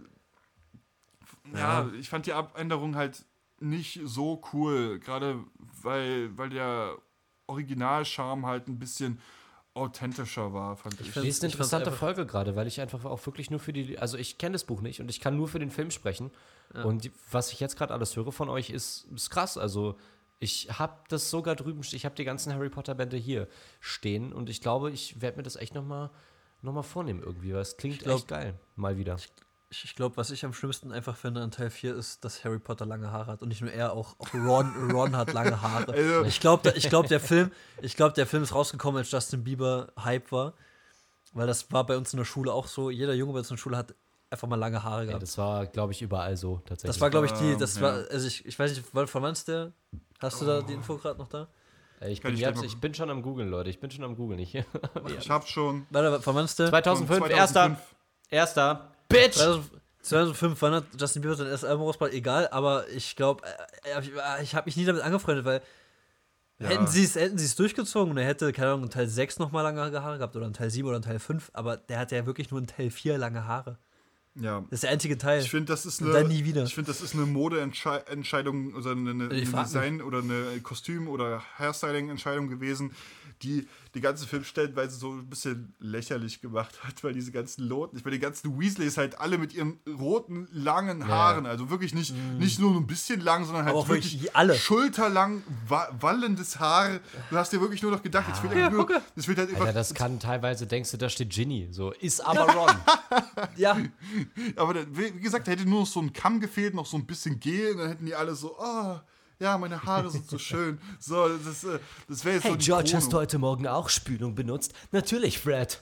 äh, ja, ja, ich fand die Abänderung halt nicht so cool, gerade weil, weil der Originalcharme halt ein bisschen authentischer war, fand ich. Das ist eine interessante Folge gerade, weil ich einfach auch wirklich nur für die, also ich kenne das Buch nicht und ich kann nur für den Film sprechen. Ja. Und die, was ich jetzt gerade alles höre von euch, ist, ist krass. Also ich habe das sogar drüben, ich habe die ganzen Harry Potter Bände hier stehen und ich glaube, ich werde mir das echt nochmal noch mal vornehmen irgendwie, weil es klingt glaub, echt geil, mal wieder. Ich, ich glaube, was ich am schlimmsten einfach finde an Teil vier ist, dass Harry Potter lange Haare hat und nicht nur er, auch, auch Ron, Ron hat lange Haare. Also. Ich glaube, ich glaub, der Film, ich glaube, der Film ist rausgekommen, als Justin Bieber Hype war, weil das war bei uns in der Schule auch so, jeder Junge bei uns in der Schule hat einfach mal lange Haare gehabt. Ja, das war, glaube ich, überall so tatsächlich. Das war, glaube ich, die, das ja. war, also ich, ich weiß nicht, von wann ist der? Hast du oh. da die Info gerade noch da? Ich bin, jetzt, ich bin schon am Googeln, Leute. Ich bin schon am Googeln. Ich, ich hab schon. Warte, von wann ist der? zweitausendfünf, erster. Erster. Bitch! zweitausendfünf, wann hat Justin Bieber sein erstes Album rausgebracht? Egal, aber ich glaube, äh, ich habe mich nie damit angefreundet, weil ja. hätten sie es hätten durchgezogen und er hätte, keine Ahnung, in Teil sechs nochmal lange Haare gehabt oder in Teil sieben oder in Teil fünf, aber der hat ja wirklich nur in Teil vier lange Haare. Ja. Das ist der einzige Teil. Ich finde, das ist und eine, dann nie wieder. Ich finde, das ist eine Modeentscheidung oder eine, eine, eine Design- oder eine Kostüm- oder Hairstyling-Entscheidung gewesen, die die ganze Film stellenweise so ein bisschen lächerlich gemacht hat, weil diese ganzen Loten, ich meine, die ganzen Weasleys halt alle mit ihren roten, langen Haaren, ja. also wirklich nicht, mm. nicht nur ein bisschen lang, sondern halt auch wirklich, wirklich alle. schulterlang, wa- wallendes Haar. Du hast dir wirklich nur noch gedacht, ja. jetzt will ja, nur, das wird halt einfach... Alter, das kann teilweise, denkst du, da steht Ginny, so, ist aber Ron. Ja. Aber wie gesagt, da hätte nur noch so ein Kamm gefehlt, noch so ein bisschen Gel, und dann hätten die alle so, oh, ja, meine Haare sind so schön. So, das, das wäre jetzt hey, so die George, Krone. Hast du heute Morgen auch Spülung benutzt? Natürlich, Fred.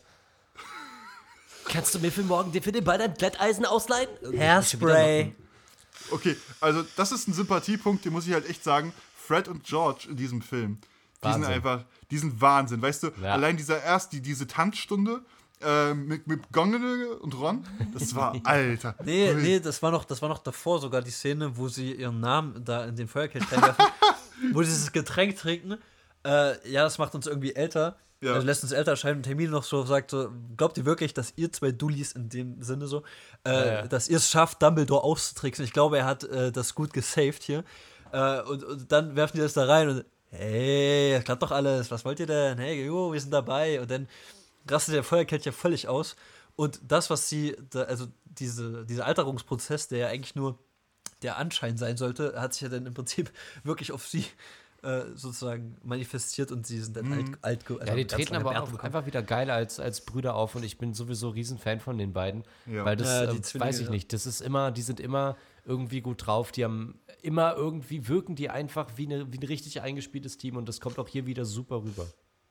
Kannst du mir für morgen für den Ball dein Glätteisen ausleihen? Hairspray. Okay, also das ist ein Sympathiepunkt, den muss ich halt echt sagen. Fred und George in diesem Film, die Wahnsinn. sind einfach, die sind Wahnsinn. Weißt du, ja. allein dieser erst, die, diese Tanzstunde, Äh, mit, mit Gongene und Ron, das war, Alter. Nee, nee, das war noch, das war noch davor sogar die Szene, wo sie ihren Namen da in den Feuerkelch reinwerfen, wo sie dieses Getränk trinken, äh, ja, das macht uns irgendwie älter. Ja. Also lässt uns älter erscheinen und Hermine noch so sagt so, glaubt ihr wirklich, dass ihr zwei Dullis in dem Sinne so, äh, Ja, ja. dass ihr es schafft, Dumbledore auszutricksen? Ich glaube, er hat äh, das gut gesaved hier. Äh, und, und dann werfen die das da rein und hey, das klappt doch alles, was wollt ihr denn? Hey, jo, wir sind dabei. Und dann rastet der Feuerkelch ja völlig aus. Und das, was sie, da, also diese, dieser Alterungsprozess, der ja eigentlich nur der Anschein sein sollte, hat sich ja dann im Prinzip wirklich auf sie äh, sozusagen manifestiert und sie sind dann Mhm. alt, alt ge- also Ja, die ganz treten lange aber Bärte auch bekommen. einfach wieder geil als, als Brüder auf und ich bin sowieso Riesenfan von den beiden. Ja. Weil das, Ja, die äh, Zwillinge, weiß ich ja. nicht, das ist immer, die sind immer irgendwie gut drauf, die haben immer irgendwie, wirken die einfach wie, eine, wie ein richtig eingespieltes Team und das kommt auch hier wieder super rüber.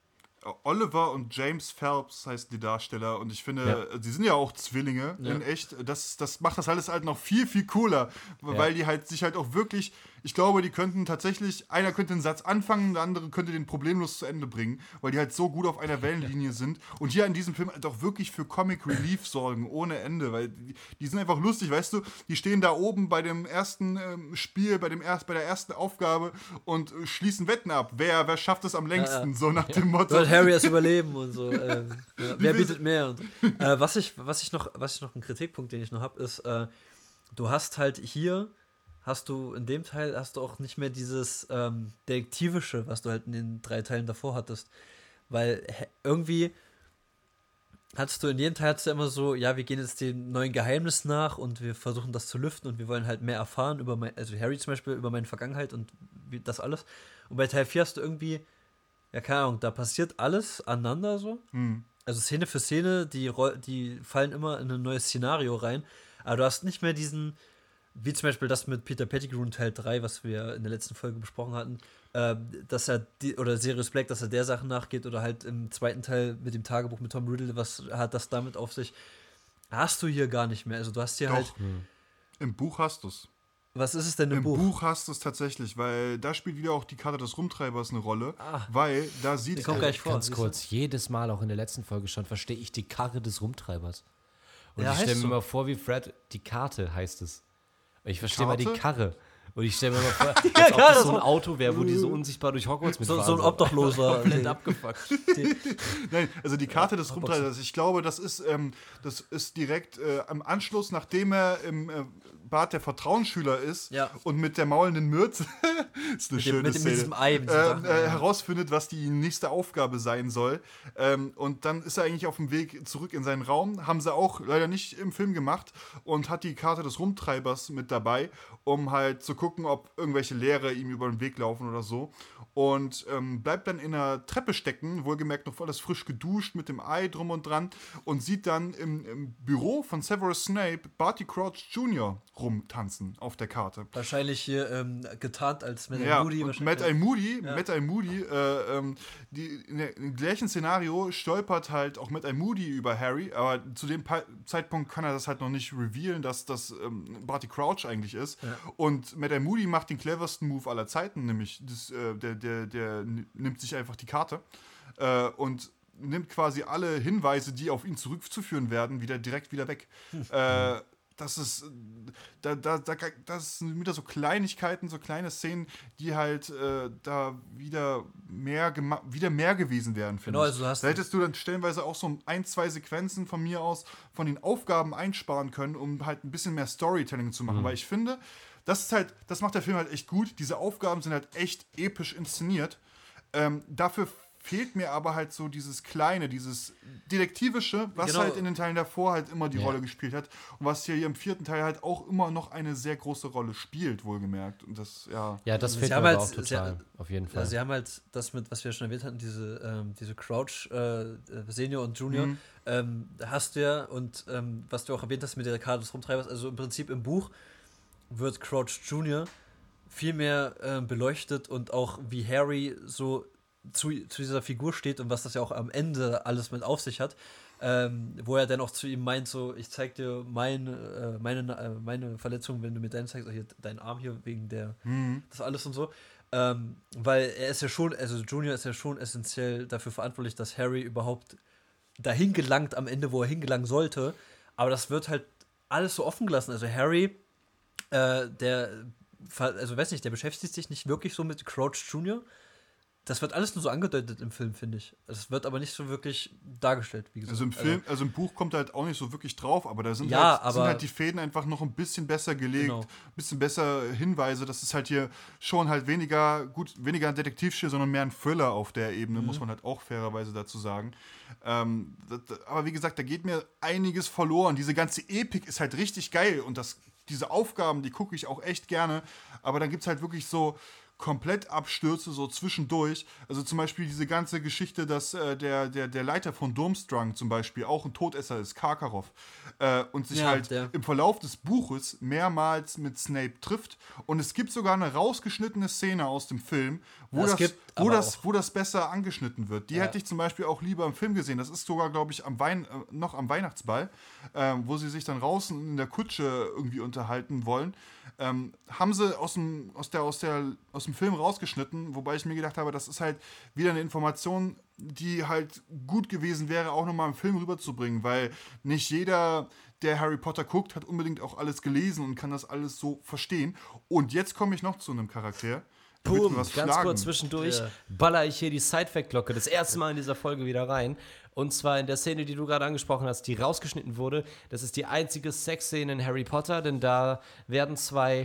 Oliver und James Phelps heißen die Darsteller und ich finde, Ja. die sind ja auch Zwillinge Ja. in echt. Das, das macht das alles halt noch viel, viel cooler, weil die halt sich halt auch wirklich, ich glaube, die könnten tatsächlich, einer könnte den Satz anfangen, der andere könnte den problemlos zu Ende bringen, weil die halt so gut auf einer Wellenlinie sind und hier in diesem Film halt auch wirklich für Comic Relief sorgen, ohne Ende, weil die, die sind einfach lustig, weißt du, die stehen da oben bei dem ersten ähm, Spiel, bei, dem erst, bei der ersten Aufgabe und äh, schließen Wetten ab, wer, wer schafft es am längsten, ja. so nach dem Motto. Soll Harry es überleben und so. Ähm, ja, wer will- bietet mehr? Und, äh, was, ich, was, ich noch, was ich noch, ein Kritikpunkt, den ich noch habe, ist, äh, du hast halt hier, hast du in dem Teil, hast du auch nicht mehr dieses ähm, Detektivische, was du halt in den drei Teilen davor hattest. Weil hä, irgendwie hattest du in jedem Teil hattest du immer so, ja, wir gehen jetzt dem neuen Geheimnis nach und wir versuchen das zu lüften und wir wollen halt mehr erfahren über mein, also Harry zum Beispiel, über meine Vergangenheit und wie, das alles. Und bei Teil vier hast du irgendwie, ja, keine Ahnung, da passiert alles aneinander so. Hm. Also Szene für Szene, die, roll- die fallen immer in ein neues Szenario rein. Aber du hast nicht mehr diesen, wie zum Beispiel das mit Peter Pettigrew in Teil drei, was wir in der letzten Folge besprochen hatten, äh, dass er, die, oder Sirius Black, dass er der Sache nachgeht, oder halt im zweiten Teil mit dem Tagebuch mit Tom Riddle, was hat das damit auf sich? Hast du hier gar nicht mehr. Also du hast hier Doch. halt, Im Buch hast du es. was ist es denn im, Im Buch? Buch, hast du es tatsächlich, weil da spielt wieder auch die Karte des Rumtreibers eine Rolle, Ah. weil da sieht Die kommt gleich vor. Ganz siehst du? kurz, jedes Mal, auch in der letzten Folge schon, verstehe ich die Karre des Rumtreibers. Und Ja, ich stelle heißt mir so. mal vor, wie Fred, die Karte heißt es. Und ich verstehe mal die Karte? Karre. Und ich stelle mir mal vor, als ob Karre, das so ein so- Auto wäre, wo die so unsichtbar durch Hogwarts So, mitfahren. so ein Obdachloser. Komplett Die- abgefuckt. Nein, also die Karte des Boxen. Rumtreibers, ich glaube, das ist, ähm, das ist direkt äh, am Anschluss, nachdem er im äh, Bad der Vertrauensschüler ist Ja. und mit der maulenden Mürze, ist eine Mit dem- schöne mit dem- Szene, mit diesem Ei, mit diesem ähm, Drachen, äh, ja. herausfindet, was die nächste Aufgabe sein soll. Ähm, und dann ist er eigentlich auf dem Weg zurück in seinen Raum. Haben sie auch leider nicht im Film gemacht und hat die Karte des Rumtreibers mit dabei, um halt zu gucken, ob irgendwelche Lehrer ihm über den Weg laufen oder so. Und ähm, bleibt dann in einer Treppe stecken, wohlgemerkt noch alles frisch geduscht mit dem Ei drum und dran und sieht dann im, im Büro von Severus Snape Barty Crouch Junior rumtanzen auf der Karte. Wahrscheinlich hier ähm, getarnt als Madame Ja, Moody. und wahrscheinlich. Matt I. Moody, Ja. Matt I. Moody äh, ähm, die, in der, im gleichen Szenario stolpert halt auch Matt I. Moody über Harry, aber zu dem Pa- Zeitpunkt kann er das halt noch nicht revealen, dass das ähm, Barty Crouch eigentlich ist. Ja. Und Matt I. Moody macht den cleversten Move aller Zeiten, nämlich das, äh, der, der, der n- nimmt sich einfach die Karte äh, und nimmt quasi alle Hinweise, die auf ihn zurückzuführen werden, wieder direkt wieder weg. äh, das ist, da, da, da, das sind wieder so Kleinigkeiten, so kleine Szenen, die halt äh, da wieder mehr, gema- wieder mehr gewesen wären, finde Genau, ich. also du hast- Da hättest du dann stellenweise auch so ein, zwei Sequenzen von mir aus von den Aufgaben einsparen können, um halt ein bisschen mehr Storytelling zu machen, weil ich finde, das ist halt, das macht der Film halt echt gut. Diese Aufgaben sind halt echt episch inszeniert. Ähm, dafür fehlt mir aber halt so dieses Kleine, dieses Detektivische, was Genau. halt in den Teilen davor halt immer die Ja. Rolle gespielt hat und was hier im vierten Teil halt auch immer noch eine sehr große Rolle spielt, wohlgemerkt. Und das, ja. Ja, das Sie fehlt mir haben aber halt- auch sie- total, auf jeden Fall. Ja, sie haben halt das mit, was wir schon erwähnt hatten, diese, ähm, diese Crouch, äh, äh, Senior und Junior, Mhm. ähm, hast du ja, und ähm, was du auch erwähnt hast mit der Karte des Rumtreibers, also im Prinzip im Buch wird Crouch Junior viel mehr äh, beleuchtet und auch wie Harry so zu, zu dieser Figur steht und was das ja auch am Ende alles mit auf sich hat, ähm, wo er dann auch zu ihm meint, so, ich zeig dir mein, äh, meine, äh, meine Verletzung, wenn du mir deinen zeigst, also hier, deinen Arm hier wegen der, Mhm. das alles und so. Ähm, weil er ist ja schon, also Junior ist ja schon essentiell dafür verantwortlich, dass Harry überhaupt dahin gelangt am Ende, wo er hingelangen sollte. Aber das wird halt alles so offen gelassen. Also Harry, äh, der, ver- also weiß nicht, der beschäftigt sich nicht wirklich so mit Crouch Junior. das wird alles nur so angedeutet im Film, finde ich. Es wird aber nicht so wirklich dargestellt, wie gesagt. Also im Film, also, also im Buch kommt halt auch nicht so wirklich drauf, aber da sind, ja, halt, aber, sind halt die Fäden einfach noch ein bisschen besser gelegt, genau. ein bisschen besser Hinweise. Das ist halt hier schon halt weniger, gut, weniger ein Detektivspiel, sondern mehr ein Thriller auf der Ebene, mhm. muss man halt auch fairerweise dazu sagen. Ähm, das, aber wie gesagt, da geht mir einiges verloren. Diese ganze Epik ist halt richtig geil und das, diese Aufgaben, die gucke ich auch echt gerne, aber dann gibt es halt wirklich so komplett Abstürze so zwischendurch. Also zum Beispiel diese ganze Geschichte, dass äh, der, der, der Leiter von Durmstrang zum Beispiel auch ein Todesser ist, Karkaroff, äh, und sich ja, halt der. im Verlauf des Buches mehrmals mit Snape trifft. Und es gibt sogar eine rausgeschnittene Szene aus dem Film, wo, ja, das, wo, das, wo das besser angeschnitten wird. Die ja. hätte ich zum Beispiel auch lieber im Film gesehen. Das ist sogar, glaube ich, am Wein, äh, noch am Weihnachtsball, äh, wo sie sich dann draußen in der Kutsche irgendwie unterhalten wollen. Ähm, haben sie aus dem, aus, der, aus, der, aus dem Film rausgeschnitten, wobei ich mir gedacht habe, das ist halt wieder eine Information, die halt gut gewesen wäre, auch nochmal im Film rüberzubringen, weil nicht jeder, der Harry Potter guckt, hat unbedingt auch alles gelesen und kann das alles so verstehen. Und jetzt komme ich noch zu einem Charakter. Boom, ganz schlagen. kurz zwischendurch yeah. baller ich hier die Side-Fact-Glocke das erste Mal in dieser Folge wieder rein. Und zwar in der Szene, die du gerade angesprochen hast, die rausgeschnitten wurde. Das ist die einzige Sexszene in Harry Potter, denn da werden zwei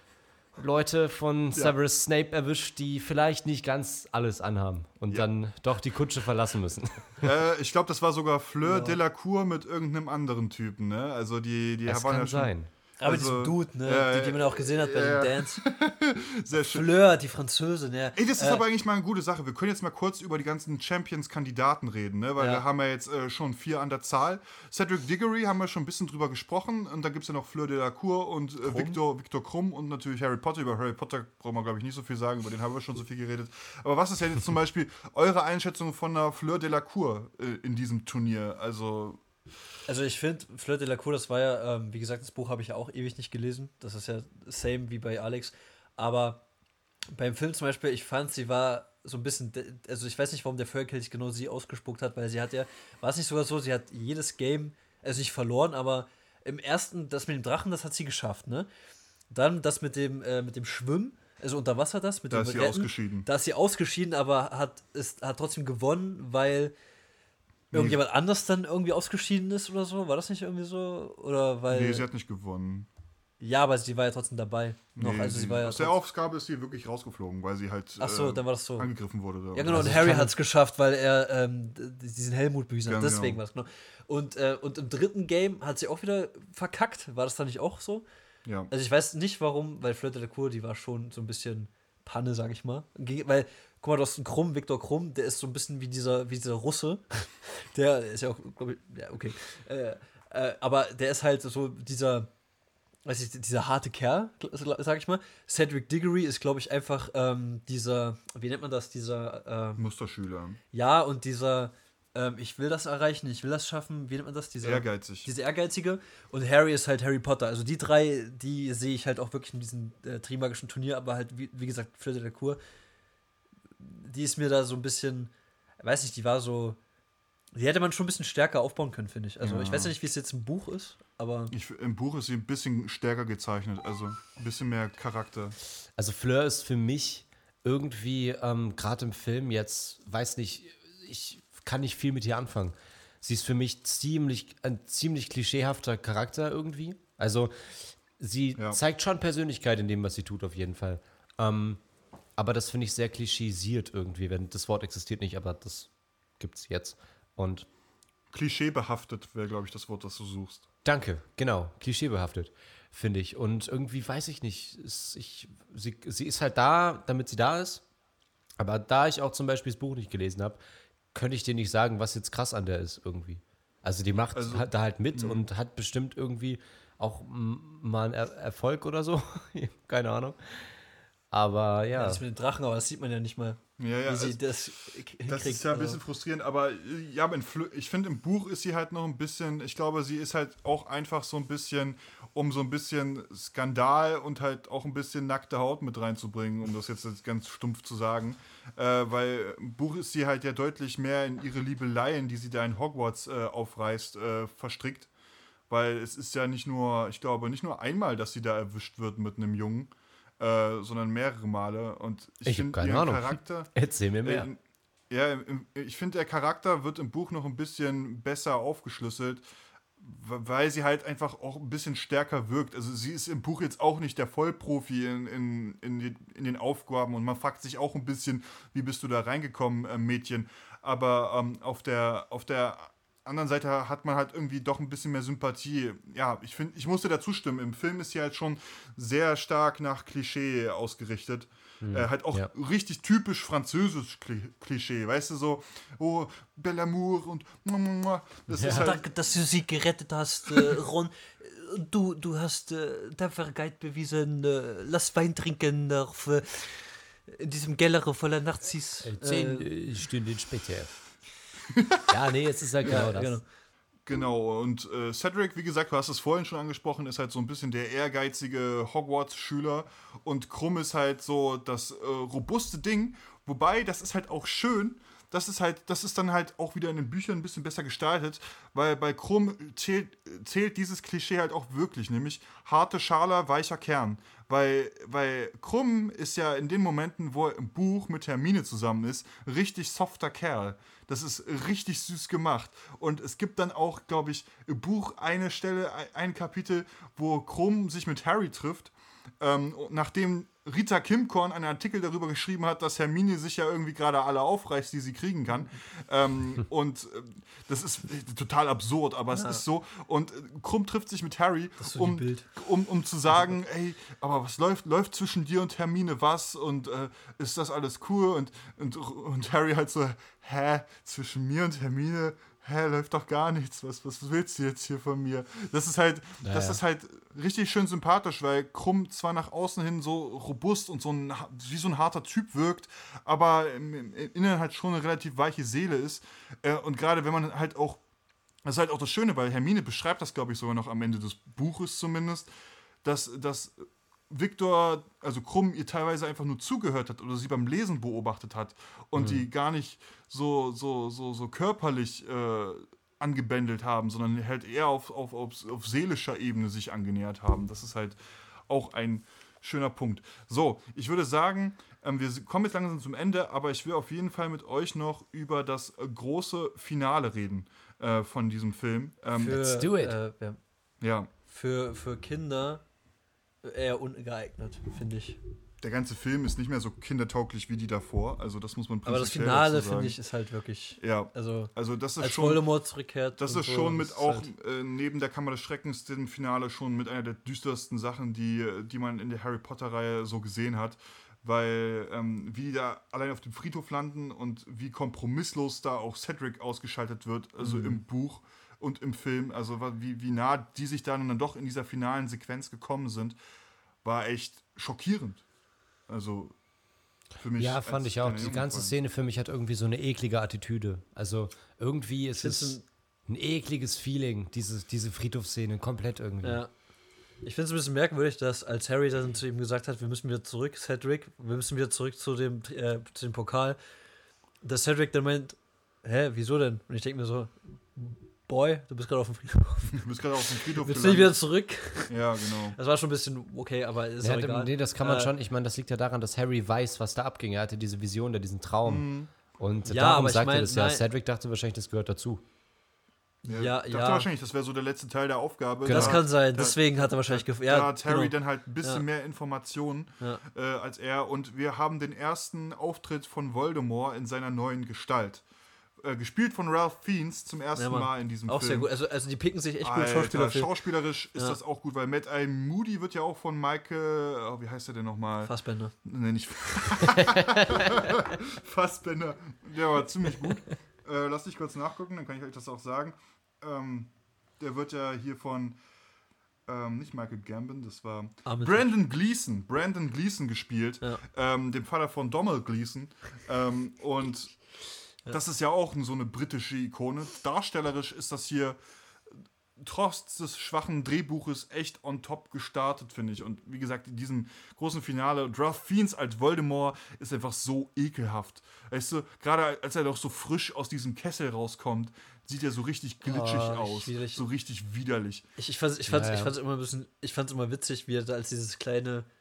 Leute von Severus ja. Snape erwischt, die vielleicht nicht ganz alles anhaben und ja. dann doch die Kutsche verlassen müssen. Äh, ich glaube, das war sogar Fleur ja. Delacour mit irgendeinem anderen Typen, ne? Also die, die das waren kann ja schon sein. Aber also, diesem Dude, ne, äh, die, die man auch gesehen hat bei äh, dem Dance. Sehr schön. Fleur, die Französin, ja. Ey, das ist äh, aber eigentlich mal eine gute Sache. Wir können jetzt mal kurz über die ganzen Champions-Kandidaten reden, ne? Weil ja. wir haben ja jetzt äh, schon vier an der Zahl. Cedric Diggory haben wir schon ein bisschen drüber gesprochen. Und dann gibt es ja noch Fleur Delacour und äh, Victor, Victor Krumm und natürlich Harry Potter. Über Harry Potter brauchen wir, glaube ich, nicht so viel sagen. Über den haben wir schon so viel geredet. Aber was ist denn jetzt zum Beispiel eure Einschätzung von der Fleur Delacour äh, in diesem Turnier? Also... Also ich finde, Fleur Delacour, das war ja, ähm, wie gesagt, das Buch habe ich ja auch ewig nicht gelesen. Das ist ja same wie bei Alex. Aber beim Film zum Beispiel, ich fand, sie war so ein bisschen, also ich weiß nicht, warum der Feuerkelch genau sie ausgespuckt hat, weil sie hat ja, war es nicht sogar so, sie hat jedes Game, also nicht verloren, aber im ersten, das mit dem Drachen, das hat sie geschafft, ne? Dann das mit dem, äh, mit dem Schwimmen, also unter Wasser das, mit da dem ist sie Retten, ausgeschieden. Da ist sie ausgeschieden, aber hat, ist, hat trotzdem gewonnen, weil irgendjemand anders dann irgendwie ausgeschieden ist oder so? War das nicht irgendwie so? Oder weil. Nee, sie hat nicht gewonnen. Ja, aber sie war ja trotzdem dabei. Noch. Nee, also sie war ja aus der Aufgabe ist sie wirklich rausgeflogen, weil sie halt Ach so, äh, dann war das so. angegriffen wurde. Ja, genau, und Harry hat es geschafft, weil er ähm, diesen Helmut büßen hat. Ja, Deswegen genau. war es genau. Und, äh, und im dritten Game hat sie auch wieder verkackt. War das dann nicht auch so? Ja. Also ich weiß nicht warum, weil Fleur Delacour, die war schon so ein bisschen Panne, sag ich mal. Weil, guck mal, du hast einen Krumm, Viktor Krumm, der ist so ein bisschen wie dieser, wie dieser Russe. Der ist ja auch, glaube ich, ja, okay. Äh, äh, aber der ist halt so dieser, weiß ich, dieser harte Kerl, sag ich mal. Cedric Diggory ist, glaube ich, einfach ähm, dieser, wie nennt man das, dieser ähm, Musterschüler. Ja, und dieser ähm, ich will das erreichen, ich will das schaffen, wie nennt man das? Dieser, Ehrgeizig. Diese Ehrgeizige. Und Harry ist halt Harry Potter. Also die drei, die sehe ich halt auch wirklich in diesem äh, Trimagischen Turnier, aber halt, wie, wie gesagt, Fleur Delacour, die ist mir da so ein bisschen, weiß nicht, die war so, die hätte man schon ein bisschen stärker aufbauen können, finde ich. Also ja. Ich weiß ja nicht, wie es jetzt im Buch ist, aber... Ich, im Buch ist sie ein bisschen stärker gezeichnet, also ein bisschen mehr Charakter. Also Fleur ist für mich irgendwie, ähm, gerade im Film jetzt, weiß nicht, ich kann nicht viel mit ihr anfangen. Sie ist für mich ziemlich, ein ziemlich klischeehafter Charakter irgendwie. Also sie ja. zeigt schon Persönlichkeit in dem, was sie tut, auf jeden Fall. Ähm, aber das finde ich sehr klischeesiert irgendwie, wenn das Wort existiert nicht, aber das gibt's jetzt. Und klischeebehaftet wäre, glaube ich, das Wort, das du suchst. Danke, genau, klischeebehaftet, finde ich. Und irgendwie weiß ich nicht, ist, ich, sie, sie ist halt da, damit sie da ist. Aber da ich auch zum Beispiel das Buch nicht gelesen habe, könnte ich dir nicht sagen, was jetzt krass an der ist irgendwie. Also die macht also, da halt mit mh. und hat bestimmt irgendwie auch m- mal einen er- Erfolg oder so. Keine Ahnung. Aber ja. ja. Das mit den Drachen, aber das sieht man ja nicht mal, ja, ja, wie sie also, das hinkriegt. Das ist ja ein bisschen frustrierend, aber ja, ich finde, im Buch ist sie halt noch ein bisschen, ich glaube, sie ist halt auch einfach so ein bisschen, um so ein bisschen Skandal und halt auch ein bisschen nackte Haut mit reinzubringen, um das jetzt ganz stumpf zu sagen. Äh, weil im Buch ist sie halt ja deutlich mehr in ihre Liebeleien, die sie da in Hogwarts äh, aufreißt, äh, verstrickt. Weil es ist ja nicht nur, ich glaube, nicht nur einmal, dass sie da erwischt wird mit einem Jungen. äh, sondern mehrere Male. Und ich, Ich hab finde keine ihren Ahnung. Charakter. Erzähl mir mehr. Äh, ja, im- ich finde, der Charakter wird im Buch noch ein bisschen besser aufgeschlüsselt, weil sie halt einfach auch ein bisschen stärker wirkt. Also sie ist im Buch jetzt auch nicht der Vollprofi in, in, in, die, in den Aufgaben und man fragt sich auch ein bisschen, wie bist du da reingekommen, äh, Mädchen. Aber ähm, auf der, auf der anderen Seite hat man halt irgendwie doch ein bisschen mehr Sympathie. Ja, ich finde, ich musste dazu stimmen. Im Film ist sie halt schon sehr stark nach Klischee ausgerichtet. Hm, Äh, halt auch ja. richtig typisch französisch Kli- Klischee, weißt du, so, oh, Bel Amour und das Ja. ist halt, Danke, dass du sie gerettet hast, äh, Ron. Du, du hast äh, Tapferkeit bewiesen. Äh, lass Wein trinken auf, äh, in diesem Keller voller Nazis. Äh, Zehn Äh, äh, Stunden später. Ja, nee, es ist halt genau ja, das. genau. genau, und äh, Cedric, wie gesagt, du hast es vorhin schon angesprochen, ist halt so ein bisschen der ehrgeizige Hogwarts-Schüler und Krumm ist halt so das äh, robuste Ding, wobei, das ist halt auch schön, das ist halt, das ist dann halt auch wieder in den Büchern ein bisschen besser gestaltet, weil bei Krumm zählt, zählt dieses Klischee halt auch wirklich, nämlich harte Schale, weicher Kern. Weil, weil Krumm ist ja in den Momenten, wo er im Buch mit Hermine zusammen ist, richtig softer Kerl. Das ist richtig süß gemacht. Und es gibt dann auch, glaube ich, im Buch eine Stelle, ein Kapitel, wo Krumm sich mit Harry trifft, ähm, nachdem Rita Kimkorn einen Artikel darüber geschrieben hat, dass Hermine sich ja irgendwie gerade alle aufreißt, die sie kriegen kann. Ähm, und äh, das ist äh, total absurd, aber es Ja. ist so. Und äh, Krumm trifft sich mit Harry, ist so um, die Bild. um, um zu sagen, ey, aber was läuft, läuft zwischen dir und Hermine was? Und äh, ist das alles cool? Und, und, und Harry halt so, hä, zwischen mir und Hermine? Hä, läuft doch gar nichts. Was, was willst du jetzt hier von mir? Das ist halt, Ja, das ja. ist halt richtig schön sympathisch, weil Krumm zwar nach außen hin so robust und so ein, wie so ein harter Typ wirkt, aber im, im Inneren halt schon eine relativ weiche Seele ist. Äh, und gerade wenn man halt auch, das ist halt auch das Schöne, weil Hermine beschreibt das, glaube ich, sogar noch am Ende des Buches zumindest, dass, dass Viktor, also Krumm, ihr teilweise einfach nur zugehört hat oder sie beim Lesen beobachtet hat und die gar nicht so, so, so, so körperlich äh, angebändelt haben, sondern halt eher auf, auf, auf, auf seelischer Ebene sich angenähert haben. Das ist halt auch ein schöner Punkt. So, ich würde sagen, ähm, wir kommen jetzt langsam zum Ende, aber ich will auf jeden Fall mit euch noch über das äh, große Finale reden äh, von diesem Film. Ähm, Für, let's do it. Äh, ja, ja, für, für Kinder eher ungeeignet, finde ich. der ganze Film ist nicht mehr so kindertauglich wie die davor, also das muss man Aber das prinzipiell Finale, dazu sagen. finde ich, ist halt wirklich. Ja, Also, also das ist als schon... Voldemort zurückkehrt. Das und ist so, schon das mit ist auch halt- äh, neben der Kammer des Schreckens dem Finale schon mit einer der düstersten Sachen, die, die man in der Harry Potter-Reihe so gesehen hat. Weil ähm, wie die da allein auf dem Friedhof landen und wie kompromisslos da auch Cedric ausgeschaltet wird, also Mhm. im Buch und im Film, also wie, wie nah die sich dann, dann doch in dieser finalen Sequenz gekommen sind, war echt schockierend. Also für mich. Ja, als fand ich auch. kleiner Die Junge ganze vor allem. Szene für mich hat irgendwie so eine eklige Attitüde. Also irgendwie ist find's es ein ekliges Feeling, diese, diese Friedhofsszene, komplett irgendwie. Ja. Ich finde es ein bisschen merkwürdig, dass als Harry dann zu ihm gesagt hat, wir müssen wieder zurück, Cedric, wir müssen wieder zurück zu dem, äh, zu dem Pokal, dass Cedric dann meint, hä, wieso denn? Und ich denke mir so, Boy, du bist gerade auf dem Friedhof. Du bist gerade auf dem Friedhof Willst du nicht wieder gelandet. zurück? Ja, genau. Das war schon ein bisschen okay, aber ist Ja, auch egal. nee, das kann man Äh, schon. Ich meine, das liegt ja daran, dass Harry weiß, was da abging. Er hatte diese Vision, da diesen Traum. Mhm. Und Ja, darum aber ich sagt mein, er das ja. nein. Cedric dachte wahrscheinlich, das gehört dazu. Ja, Ja, dachte ja. wahrscheinlich, das wäre so der letzte Teil der Aufgabe. Genau. Das Da- kann sein, da- deswegen hat er wahrscheinlich gef- Da ja, hat Harry genau. dann halt ein bisschen Ja. mehr Informationen Ja. äh, als er. Und wir haben den ersten Auftritt von Voldemort in seiner neuen Gestalt. Äh, gespielt von Ralph Fiennes zum ersten Ja, Mann. Mal in diesem Auch Film. sehr gut. Also, also die picken sich echt gut Alter, Schauspieler für. schauspielerisch ist Ja. das auch gut, weil Matt I. Moody wird ja auch von Michael, oh, wie heißt er denn nochmal? Fassbender. Nee, nicht Fassbender. Der war ziemlich gut. Äh, lass dich kurz nachgucken, dann kann ich euch das auch sagen. Ähm, der wird ja hier von ähm, nicht Michael Gambon, das war Arme Brandon Gleeson. Brandon Gleeson gespielt, Ja. ähm, dem Vater von Donald Gleeson. Ähm, und das ist ja auch so eine britische Ikone. Darstellerisch ist das hier trotz des schwachen Drehbuches echt on top gestartet, finde ich. Und wie gesagt, in diesem großen Finale, Ralph Fiennes als Voldemort ist einfach so ekelhaft. Weißt du, gerade als er doch so frisch aus diesem Kessel rauskommt, sieht er so richtig glitschig Oh, aus. schwierig. So richtig widerlich. Ich, ich fand's, ich fand's, Ja, ja. ich fand's immer ein bisschen, ich fand's immer witzig, wie er da als dieses kleine,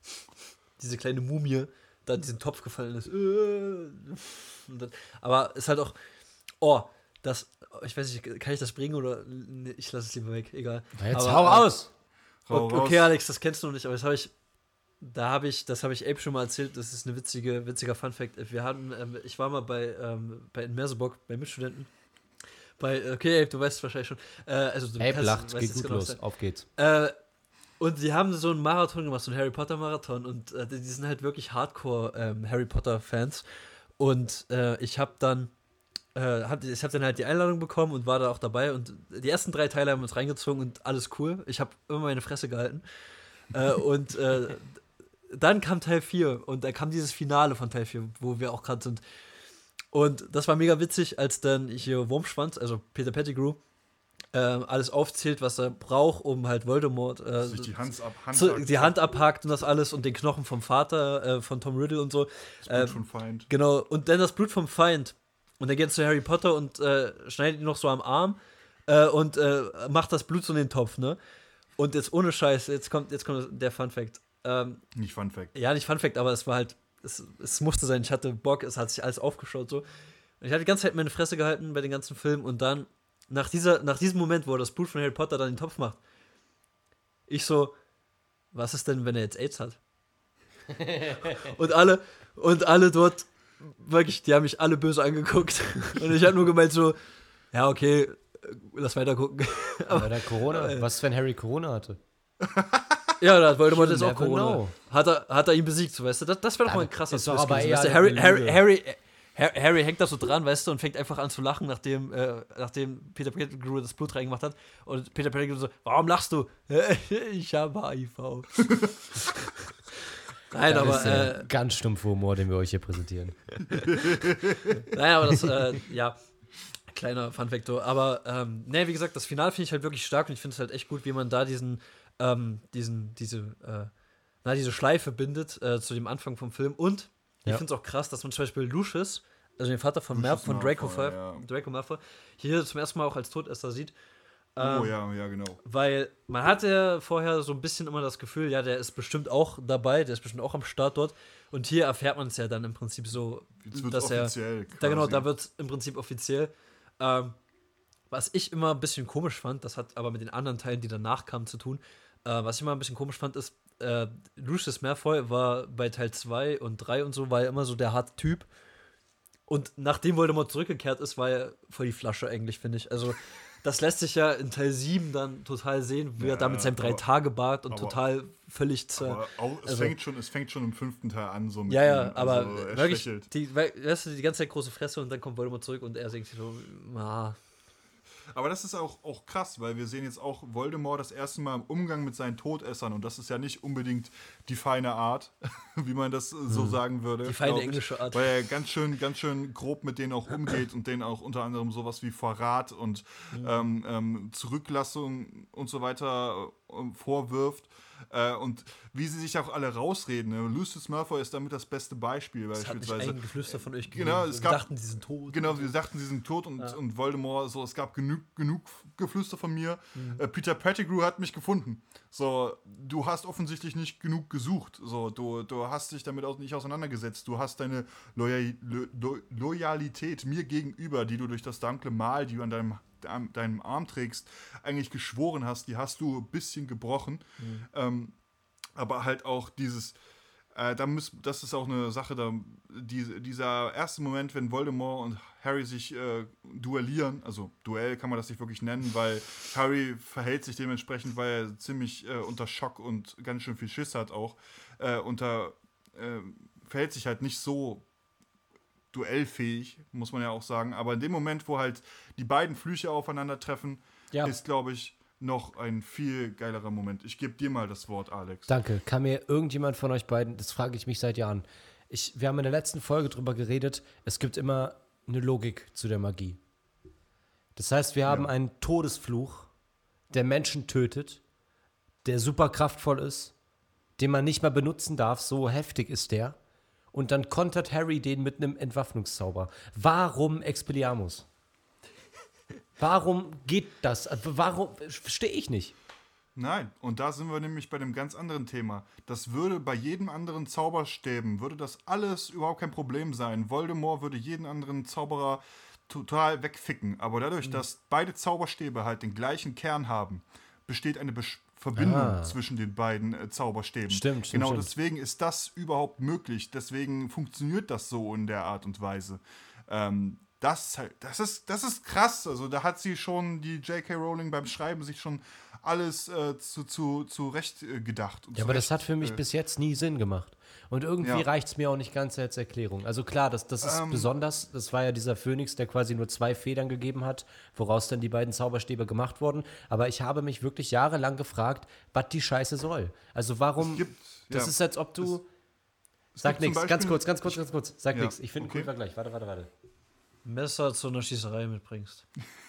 diese kleine Mumie da in diesen Topf gefallen ist. Und dann, aber ist halt auch, oh, das, ich weiß nicht, kann ich das bringen oder nee, ich lasse es lieber weg, egal. Na jetzt aber, hau raus! Hau Okay, raus. okay, Alex, das kennst du noch nicht, aber das habe ich, da habe ich, das habe ich Abe schon mal erzählt, das ist eine witzige, witziger Funfact. Wir hatten, ähm, ich war mal bei, ähm, bei in Merseburg, bei Mitstudenten, bei, okay, Abe, du weißt es wahrscheinlich schon, äh, also du Abe kannst- lacht, weißt geht es gut genau, los, was- auf geht's. Äh, und die haben so einen Marathon gemacht, so einen Harry Potter Marathon und äh, die sind halt wirklich Hardcore ähm, Harry Potter Fans und äh, ich habe dann äh, hab, ich habe dann halt die Einladung bekommen und war da auch dabei und die ersten drei Teile haben wir uns reingezogen und alles cool. Ich habe immer meine Fresse gehalten äh, und äh, dann kam Teil vier und da kam dieses Finale von Teil vier, wo wir auch gerade sind. Und das war mega witzig, als dann hier Wurmschwanz, also Peter Pettigrew, äh, alles aufzählt, was er braucht, um halt Voldemort äh, Sich die Hand, ab, Hand, zu, die Hand abhakt und das alles und den Knochen vom Vater äh, von Tom Riddle und so. Das Blut Ähm, von Feind. Genau, und dann das Blut vom Feind. Und dann geht es zu Harry Potter und äh, schneidet ihn noch so am Arm äh, und äh, macht das Blut so in den Topf, ne? Und jetzt ohne Scheiß, jetzt kommt, jetzt kommt der Fun-Fact. Ähm, Nicht Fun Fact. ja, nicht Fun-Fact, aber es war halt, es, es musste sein, ich hatte Bock, es hat sich alles aufgeschaut so. Und ich hatte die ganze Zeit meine Fresse gehalten bei den ganzen Filmen und dann, nach, dieser, nach diesem Moment, wo er das Blut von Harry Potter dann in den Topf macht, ich so, was ist denn, wenn er jetzt AIDS hat? und alle, und alle dort, wirklich, die haben mich alle böse angeguckt. Und ich habe nur gemeint so, ja, okay, lass weiter gucken. Aber der Corona, was, wenn Harry Corona hatte? Ja, da hat Voldemort You jetzt auch never Corona. know. Hat er, hat er ihn besiegt, so, weißt du? Das, das wäre doch Ja, mal ein krasser ist doch Twist aber gewesen, eher weißt du? Harry, eine Harry, Lüge. Harry, Harry, Harry hängt da so dran, weißt du, und fängt einfach an zu lachen, nachdem, äh, nachdem Peter Pettigrew das Blut reingemacht hat. Und Peter Pettigrew so, warum lachst du? Ich habe H I V. Nein, Das aber, ist der äh, ganz stumpfe Humor, den wir euch hier präsentieren. naja, aber das, äh, ja, kleiner Funfactor. Aber, ähm, ne, wie gesagt, das Finale finde ich halt wirklich stark und ich finde es halt echt gut, wie man da diesen, ähm, diesen, diese, äh, na, diese Schleife bindet äh, zu dem Anfang vom Film. Und ich Ja. finde es auch krass, dass man zum Beispiel Lucius, also den Vater von, Lucius Mal von Draco, Malfoy, Malfoy, ja. Draco Malfoy, hier zum ersten Mal auch als Todesser sieht. Oh Ähm, ja, ja, genau. Weil man hatte vorher so ein bisschen immer das Gefühl, ja, der ist bestimmt auch dabei, der ist bestimmt auch am Start dort. Und hier erfährt man es ja dann im Prinzip so, Jetzt wird dass er. offiziell. Da genau, quasi. da wird es im Prinzip offiziell. Ähm, was ich immer ein bisschen komisch fand, das hat aber mit den anderen Teilen, die danach kamen, zu tun. Äh, was ich immer ein bisschen komisch fand, ist, äh, Lucius Malfoy war bei Teil zwei und drei und so, war er immer so der harte Typ. Und nachdem Voldemort zurückgekehrt ist, war er voll die Flasche eigentlich, finde ich. Also, das lässt sich ja in Teil sieben dann total sehen, wie Ja, er da mit seinem aber- Drei-Tage-Bart und aber- total völlig zer Aber auch, es, also- fängt schon, es fängt schon im fünften Teil an, so mit Ja, ja, ihm, aber also, er wirklich, schwächelt. die, weil, weißt du, die ganze Zeit große Fresse und dann kommt Voldemort zurück und er denkt sich so, ah, Aber das ist auch, auch krass, weil wir sehen jetzt auch Voldemort das erste Mal im Umgang mit seinen Todessern und das ist ja nicht unbedingt die feine Art, wie man das äh, so sagen würde. die feine glaub ich. englische Art. Weil er ganz schön, ganz schön grob mit denen auch umgeht und denen auch unter anderem sowas wie Verrat und Mhm. ähm, ähm, Zurücklassung und so weiter äh, vorwirft. Äh, und wie sie sich auch alle rausreden. Ne? Lucius Malfoy ist damit das beste Beispiel Es hat nicht beispielsweise. ein Geflüster von euch gegeben. Genau, es Wir gab- dachten, sie sind tot. Genau, wir sagten, sie sind tot und, Ja. und Voldemort, so, es gab genug, genug Geflüster von mir. Mhm. Äh, Peter Pettigrew hat mich gefunden. So, du hast offensichtlich nicht genug gesucht. So, du, du hast dich damit auch nicht auseinandergesetzt. Du hast deine Loyal, Lo, Lo, Loyalität mir gegenüber, die du durch das dunkle Mal, die du an deinem, an deinem Arm trägst, eigentlich geschworen hast, die hast du ein bisschen gebrochen. Mhm. Ähm, aber halt auch dieses, äh, da müß, das ist auch eine Sache, da, die, dieser erste Moment, wenn Voldemort und Harry sich äh, duellieren, also Duell kann man das nicht wirklich nennen, weil Harry verhält sich dementsprechend, weil er ziemlich äh, unter Schock und ganz schön viel Schiss hat auch, äh, unter, äh, verhält sich halt nicht so duellfähig, muss man ja auch sagen, aber in dem Moment, wo halt die beiden Flüche aufeinandertreffen, Ja. ist, glaube ich, noch ein viel geilerer Moment. Ich gebe dir mal das Wort, Alex. Danke. Kann mir irgendjemand von euch beiden, das frage ich mich seit Jahren. Ich, wir haben in der letzten Folge drüber geredet, es gibt immer eine Logik zu der Magie. Das heißt, wir haben Ja. einen Todesfluch, der Menschen tötet, der super kraftvoll ist, den man nicht mal benutzen darf, so heftig ist der. Und dann kontert Harry den mit einem Entwaffnungszauber. Warum Expelliarmus? Warum geht das? Warum? Verstehe ich nicht. Nein, und da sind wir nämlich bei einem ganz anderen Thema. Das würde bei jedem anderen Zauberstäben, würde das alles überhaupt kein Problem sein. Voldemort würde jeden anderen Zauberer total wegficken. Aber dadurch, mhm. dass beide Zauberstäbe halt den gleichen Kern haben, besteht eine Besch- Verbindung ah. zwischen den beiden äh, Zauberstäben. Stimmt, stimmt. Genau, stimmt. deswegen ist das überhaupt möglich. Deswegen funktioniert das so in der Art und Weise. Ähm, das, das, ist, das ist krass. Also da hat sie schon, die J K. Rowling beim Schreiben sich schon alles äh, zu, zu, zurecht äh, gedacht. Und ja, aber zurecht, das hat für mich äh, bis jetzt nie Sinn gemacht. Und irgendwie ja. reicht es mir auch nicht ganz als Erklärung. Also klar, das, das ist ähm, besonders. Das war ja dieser Phönix, der quasi nur zwei Federn gegeben hat, woraus dann die beiden Zauberstäbe gemacht wurden. Aber ich habe mich wirklich jahrelang gefragt, was die Scheiße soll. Also warum, gibt, das ja. ist, als ob du, es, sag nichts, ganz kurz, ganz kurz, ich, ganz kurz, sag ja. nichts. Ich finde okay. einen coolen Vergleich. Warte, warte, warte. Messer zu einer Schießerei mitbringst.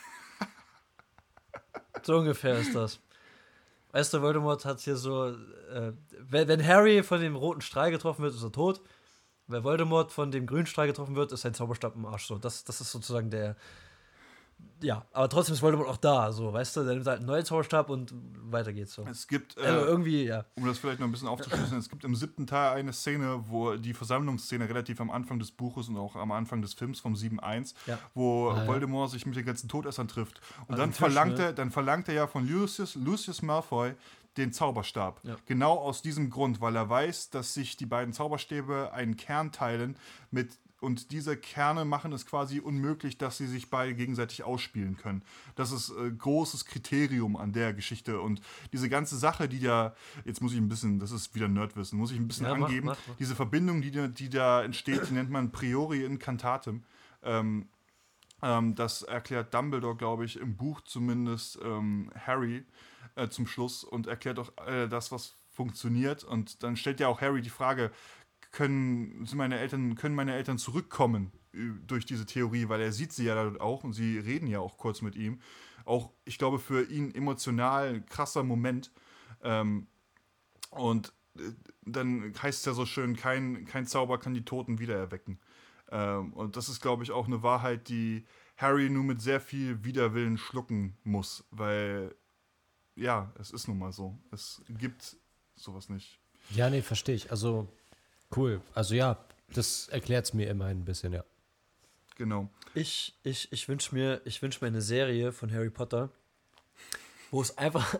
So ungefähr ist das. Weißt du, Voldemort hat hier so, äh, wenn, wenn Harry von dem roten Strahl getroffen wird, ist er tot. Wenn Voldemort von dem grünen Strahl getroffen wird, ist sein Zauberstab im Arsch. So, das, das ist sozusagen der, ja, aber trotzdem ist Voldemort auch da, so, weißt du, der nimmt halt einen neuen Zauberstab und weiter geht's so. Es gibt, äh, also irgendwie, ja. Um das vielleicht noch ein bisschen aufzuschlüsseln, es gibt im siebten Teil eine Szene, wo die Versammlungsszene relativ am Anfang des Buches und auch am Anfang des Films vom sieben eins, ja. wo ah, Voldemort ja. sich mit den ganzen Todessern trifft. Und also dann, Tisch, verlangt er, ne? dann verlangt er ja von Lucius, Lucius Malfoy den Zauberstab. Ja. Genau aus diesem Grund, weil er weiß, dass sich die beiden Zauberstäbe einen Kern teilen mit und diese Kerne machen es quasi unmöglich, dass sie sich beide gegenseitig ausspielen können. Das ist ein äh, großes Kriterium an der Geschichte. Und diese ganze Sache, die da, jetzt muss ich ein bisschen, das ist wieder Nerdwissen, muss ich ein bisschen ja, angeben, mach, mach, mach. Diese Verbindung, die, die da entsteht, die nennt man Priori Incantatem. Ähm, ähm, das erklärt Dumbledore, glaube ich, im Buch zumindest ähm, Harry äh, zum Schluss und erklärt auch äh, das, was funktioniert. Und dann stellt ja auch Harry die Frage, Können, sind meine Eltern, können meine Eltern zurückkommen durch diese Theorie, weil er sieht sie ja dort auch und sie reden ja auch kurz mit ihm. Auch, ich glaube, für ihn emotional ein krasser Moment. Ähm, und dann heißt es ja so schön, kein, kein Zauber kann die Toten wiedererwecken. Ähm, und das ist, glaube ich, auch eine Wahrheit, die Harry nur mit sehr viel Widerwillen schlucken muss, weil, ja, es ist nun mal so. Es gibt sowas nicht. Ja, nee, verstehe ich. Also cool. Also ja, das erklärt es mir immerhin ein bisschen, ja. Genau. Ich, ich, ich wünsche mir, ich wünsch mir eine Serie von Harry Potter, wo es einfach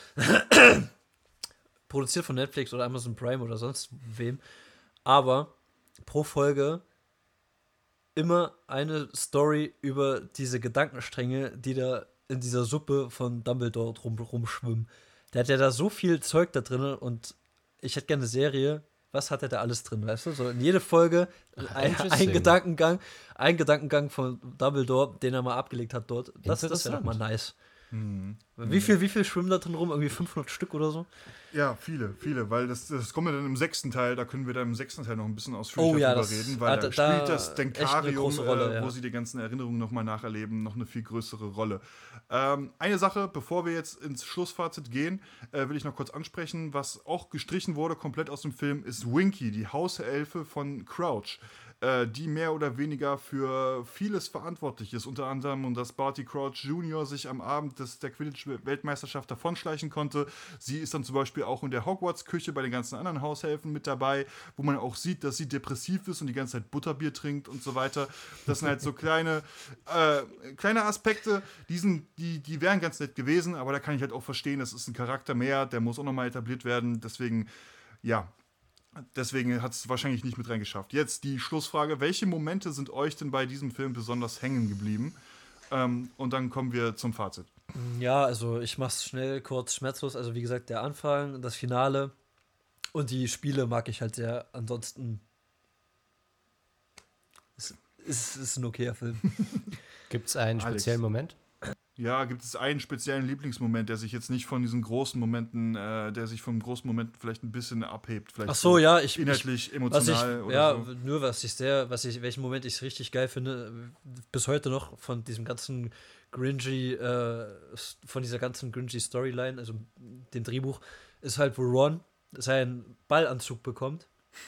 produziert von Netflix oder Amazon Prime oder sonst wem, aber pro Folge immer eine Story über diese Gedankenstränge, die da in dieser Suppe von Dumbledore rum, rumschwimmen. Der hat ja da so viel Zeug da drin und ich hätte gerne eine Serie. Was hat er da alles drin, weißt du? So in jede Folge ein, ein Gedankengang, ein Gedankengang von Dumbledore, den er mal abgelegt hat dort. Das, das wäre doch mal nice. Hm. Wie viel, wie viel schwimmen da drin rum? Irgendwie fünfhundert Stück oder so? Ja, viele, viele, weil das, das kommt ja dann im sechsten Teil, da können wir dann im sechsten Teil noch ein bisschen ausführlicher oh, ja, drüber das, reden, weil da, da spielt das Denkarium, Rolle, äh, ja. wo sie die ganzen Erinnerungen nochmal nacherleben, noch eine viel größere Rolle. Ähm, eine Sache, bevor wir jetzt ins Schlussfazit gehen, äh, will ich noch kurz ansprechen, was auch gestrichen wurde, komplett aus dem Film, ist Winky, die Hauselfe von Crouch, äh, die mehr oder weniger für vieles verantwortlich ist, unter anderem, und dass Barty Crouch Junior sich am Abend des, der Quidditch-Weltmeisterschaft davonschleichen konnte. Sie ist dann zum Beispiel auch in der Hogwarts-Küche bei den ganzen anderen Haushelfen mit dabei, wo man auch sieht, dass sie depressiv ist und die ganze Zeit Butterbier trinkt und so weiter. Das sind halt so kleine, äh, kleine Aspekte, die, sind, die, die wären ganz nett gewesen, aber da kann ich halt auch verstehen, das ist ein Charakter mehr, der muss auch nochmal etabliert werden, deswegen, ja, deswegen hat es wahrscheinlich nicht mit reingeschafft. Jetzt die Schlussfrage, welche Momente sind euch denn bei diesem Film besonders hängen geblieben? Ähm, und dann kommen wir zum Fazit. Ja, also ich mach's schnell, kurz, schmerzlos. Also wie gesagt, der Anfang, das Finale und die Spiele mag ich halt sehr. Ansonsten ist es ist ein okayer Film. Gibt es einen Alex. speziellen Moment? Ja, gibt es einen speziellen Lieblingsmoment, der sich jetzt nicht von diesen großen Momenten, äh, der sich von großen Momenten vielleicht ein bisschen abhebt. Vielleicht Ach so, ja, ich inhaltlich, ich, emotional ich, oder ja, so. Nur was ich sehr, was ich, welchen Moment ich richtig geil finde, bis heute noch von diesem ganzen Gringy, äh, von dieser ganzen Gringy Storyline, also dem Drehbuch, ist halt, wo Ron seinen Ballanzug bekommt.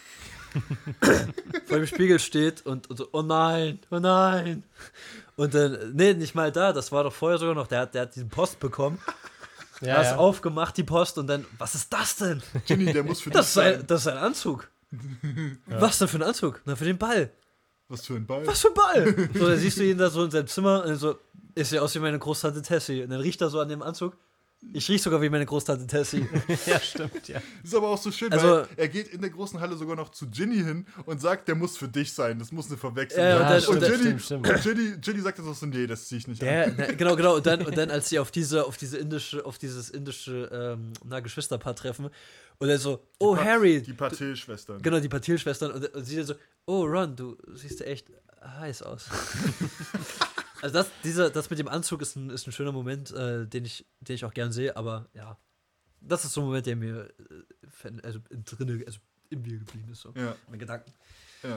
vor dem Spiegel steht und, und so, oh nein, oh nein. Und dann, nee, nicht mal da, das war doch vorher sogar noch, der hat, der hat diesen Post bekommen, Ja, hast ja. aufgemacht, die Post, und dann, was ist das denn? Ginny, der muss für dich Das ist ein, sein. das ist ein Anzug. Was denn für ein Anzug? Na, für den Ball. Was für ein Ball. Was für ein Ball? So, dann siehst du ihn da so in seinem Zimmer und so, ist ja aus wie meine Großtante Tessie. Und dann riecht er so an dem Anzug. Ich riech sogar wie meine Großtante Tessie. Ja, stimmt, ja. Ist aber auch so schön, Also- weil er geht in der großen Halle sogar noch zu Ginny hin und sagt, der muss für dich sein. Das muss eine Verwechslung Ja, sein. und dann- und und dann- Ginny, stimmt, stimmt. und Ginny, Ginny sagt jetzt auch so, nee, das zieh ich nicht Der, an. na, genau, genau. Und dann, und dann, als sie auf diese, auf diese indische, auf dieses indische ähm, na, Geschwisterpaar treffen, und er so, oh Pa- Harry, Die Patil-Schwestern. genau, die Patil-Schwestern, und, und sie dann so, oh Ron, du siehst ja echt heiß aus. Also das, dieser, das mit dem Anzug ist ein, ist ein schöner Moment, äh, den ich, den ich auch gern sehe, aber ja, das ist so ein Moment, der mir äh, fan- also drinne, also in mir geblieben ist, so. Ja, Mein Gedanken. ja.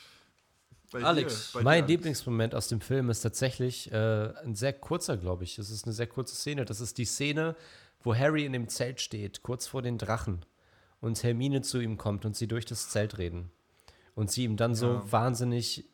Bei Alex, dir, bei Mein dir, Alex. Lieblingsmoment aus dem Film ist tatsächlich äh, ein sehr kurzer, glaube ich. Das ist eine sehr kurze Szene. Das ist die Szene, wo Harry in dem Zelt steht, kurz vor den Drachen, und Hermine zu ihm kommt und sie durch das Zelt reden. Und sie ihm dann so Ja. wahnsinnig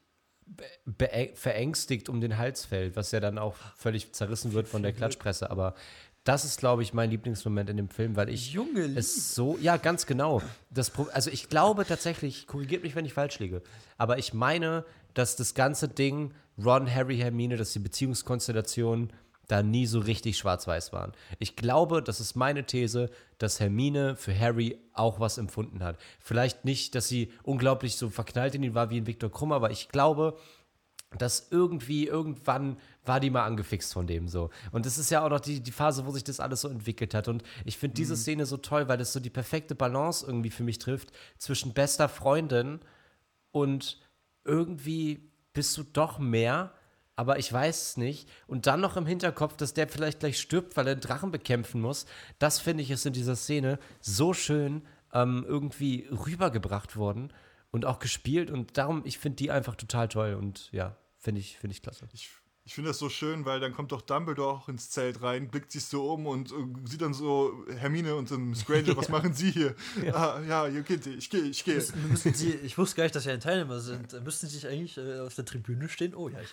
be verängstigt um den Hals fällt, was ja dann auch völlig zerrissen wird von der Klatschpresse. Aber das ist, glaube ich, mein Lieblingsmoment in dem Film, weil ich Junge Lieb. es so, ja, ganz genau. Das, Pro- also ich glaube tatsächlich, korrigiert mich, wenn ich falsch liege, aber ich meine, dass das ganze Ding, Ron, Harry, Hermine, dass die Beziehungskonstellationen da nie so richtig schwarz-weiß waren. Ich glaube, das ist meine These, dass Hermine für Harry auch was empfunden hat. Vielleicht nicht, dass sie unglaublich so verknallt in ihn war wie in Viktor Krumm, aber ich glaube, dass irgendwie, irgendwann war die mal angefixt von dem so. Und das ist ja auch noch die, die Phase, wo sich das alles so entwickelt hat. Und ich finde diese Szene so toll, weil das so die perfekte Balance irgendwie für mich trifft zwischen bester Freundin und irgendwie bist du doch mehr, aber ich weiß es nicht. Und dann noch im Hinterkopf, dass der vielleicht gleich stirbt, weil er einen Drachen bekämpfen muss. Das finde ich ist in dieser Szene so schön ähm, irgendwie rübergebracht worden und auch gespielt. Und darum, ich finde die einfach total toll. Und ja, finde ich, finde ich klasse. Ich, ich finde das so schön, weil dann kommt doch Dumbledore auch ins Zelt rein, blickt sich so um und äh, sieht dann so Hermine und dann Miss Granger, was machen Sie hier? Ja, ah, ja, ihr geht, ich gehe, ich gehe. Müssen, müssen Sie, ich wusste gar nicht, dass Sie ein Teilnehmer sind. Müssten Sie sich eigentlich äh, auf der Tribüne stehen? Oh ja, ich.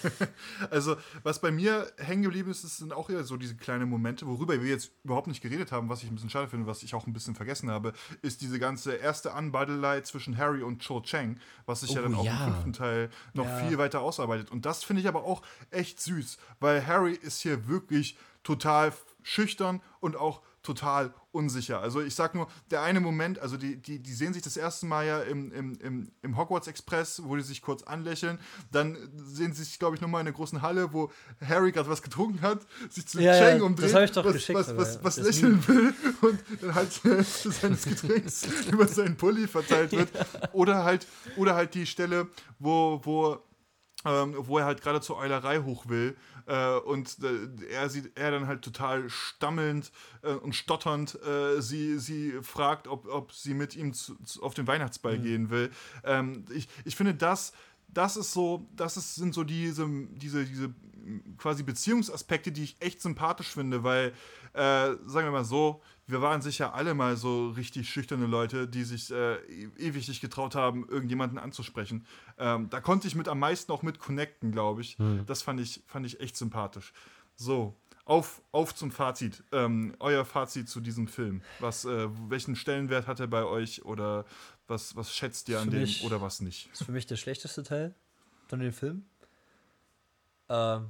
Also, was bei mir hängen geblieben ist, das sind auch eher so diese kleinen Momente, worüber wir jetzt überhaupt nicht geredet haben, was ich ein bisschen schade finde, was ich auch ein bisschen vergessen habe, ist diese ganze erste Anbaddelei zwischen Harry und Cho Chang, was sich ja Oh, dann auch ja. im fünften Teil noch Ja. viel weiter ausarbeitet. Und das finde ich aber auch echt süß, weil Harry ist hier wirklich total schüchtern und auch total unsicher. Also ich sag nur, der eine Moment, also die, die, die sehen sich das erste Mal ja im, im, im, im Hogwarts Express, wo die sich kurz anlächeln, dann sehen sie sich, glaube ich, nochmal in der großen Halle, wo Harry gerade was getrunken hat, sich zu Ja, Chang ja, umdreht, das hab ich doch was, geschickt, was, aber was, ja, was das lächeln will und dann halt seines Getränks über seinen Pulli verteilt wird. Oder halt, oder halt die Stelle, wo, wo Ähm, wo er halt gerade zur Eulerei hoch will äh, und äh, er, sieht, er dann halt total stammelnd äh, und stotternd äh, sie, sie fragt, ob, ob sie mit ihm zu, zu, auf den Weihnachtsball Mhm. gehen will. Ähm, ich, ich finde, das, das ist so, das ist, sind so diese, diese, diese quasi Beziehungsaspekte, die ich echt sympathisch finde, weil, äh, sagen wir mal so, wir waren sicher alle mal so richtig schüchterne Leute, die sich äh, e- ewig nicht getraut haben, irgendjemanden anzusprechen. Ähm, da konnte ich mit am meisten auch mit connecten, glaube ich. Hm. Das fand ich, fand ich echt sympathisch. So, auf, auf zum Fazit. Ähm, euer Fazit zu diesem Film. Was, äh, welchen Stellenwert hat er bei euch oder was, was schätzt ihr an Für dem mich- oder was nicht? Das ist für mich der schlechteste Teil von dem Film. Ähm,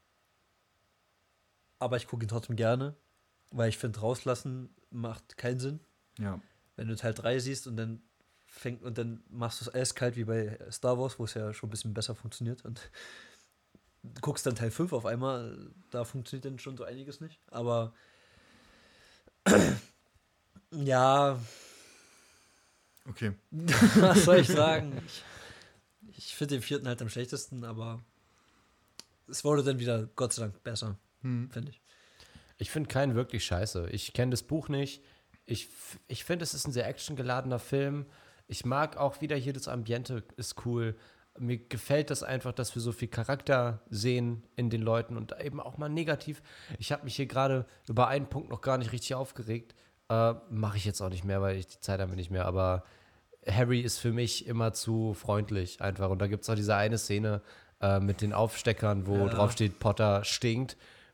aber ich gucke ihn trotzdem gerne, weil ich finde, rauslassen macht keinen Sinn. Ja. Wenn du Teil drei siehst und dann fängt und dann machst du es eiskalt wie bei Star Wars, wo es ja schon ein bisschen besser funktioniert und du guckst dann Teil fünf auf einmal, da funktioniert dann schon so einiges nicht. Aber ja, Okay. was soll ich sagen? Ich, ich finde den vierten halt am schlechtesten, aber es wurde dann wieder Gott sei Dank besser, Hm. finde ich. Ich finde keinen wirklich scheiße. Ich kenne das Buch nicht. Ich, f- ich finde, es ist ein sehr actiongeladener Film. Ich mag auch wieder hier das Ambiente, ist cool. Mir gefällt das einfach, dass wir so viel Charakter sehen in den Leuten und eben auch mal negativ. Ich habe mich hier gerade über einen Punkt noch gar nicht richtig aufgeregt. Äh, Mache ich jetzt auch nicht mehr, weil ich die Zeit habe nicht mehr. Aber Harry ist für mich immer zu freundlich einfach. Und da gibt es auch diese eine Szene äh, mit den Aufsteckern, wo Ja. drauf steht, Potter stinkt,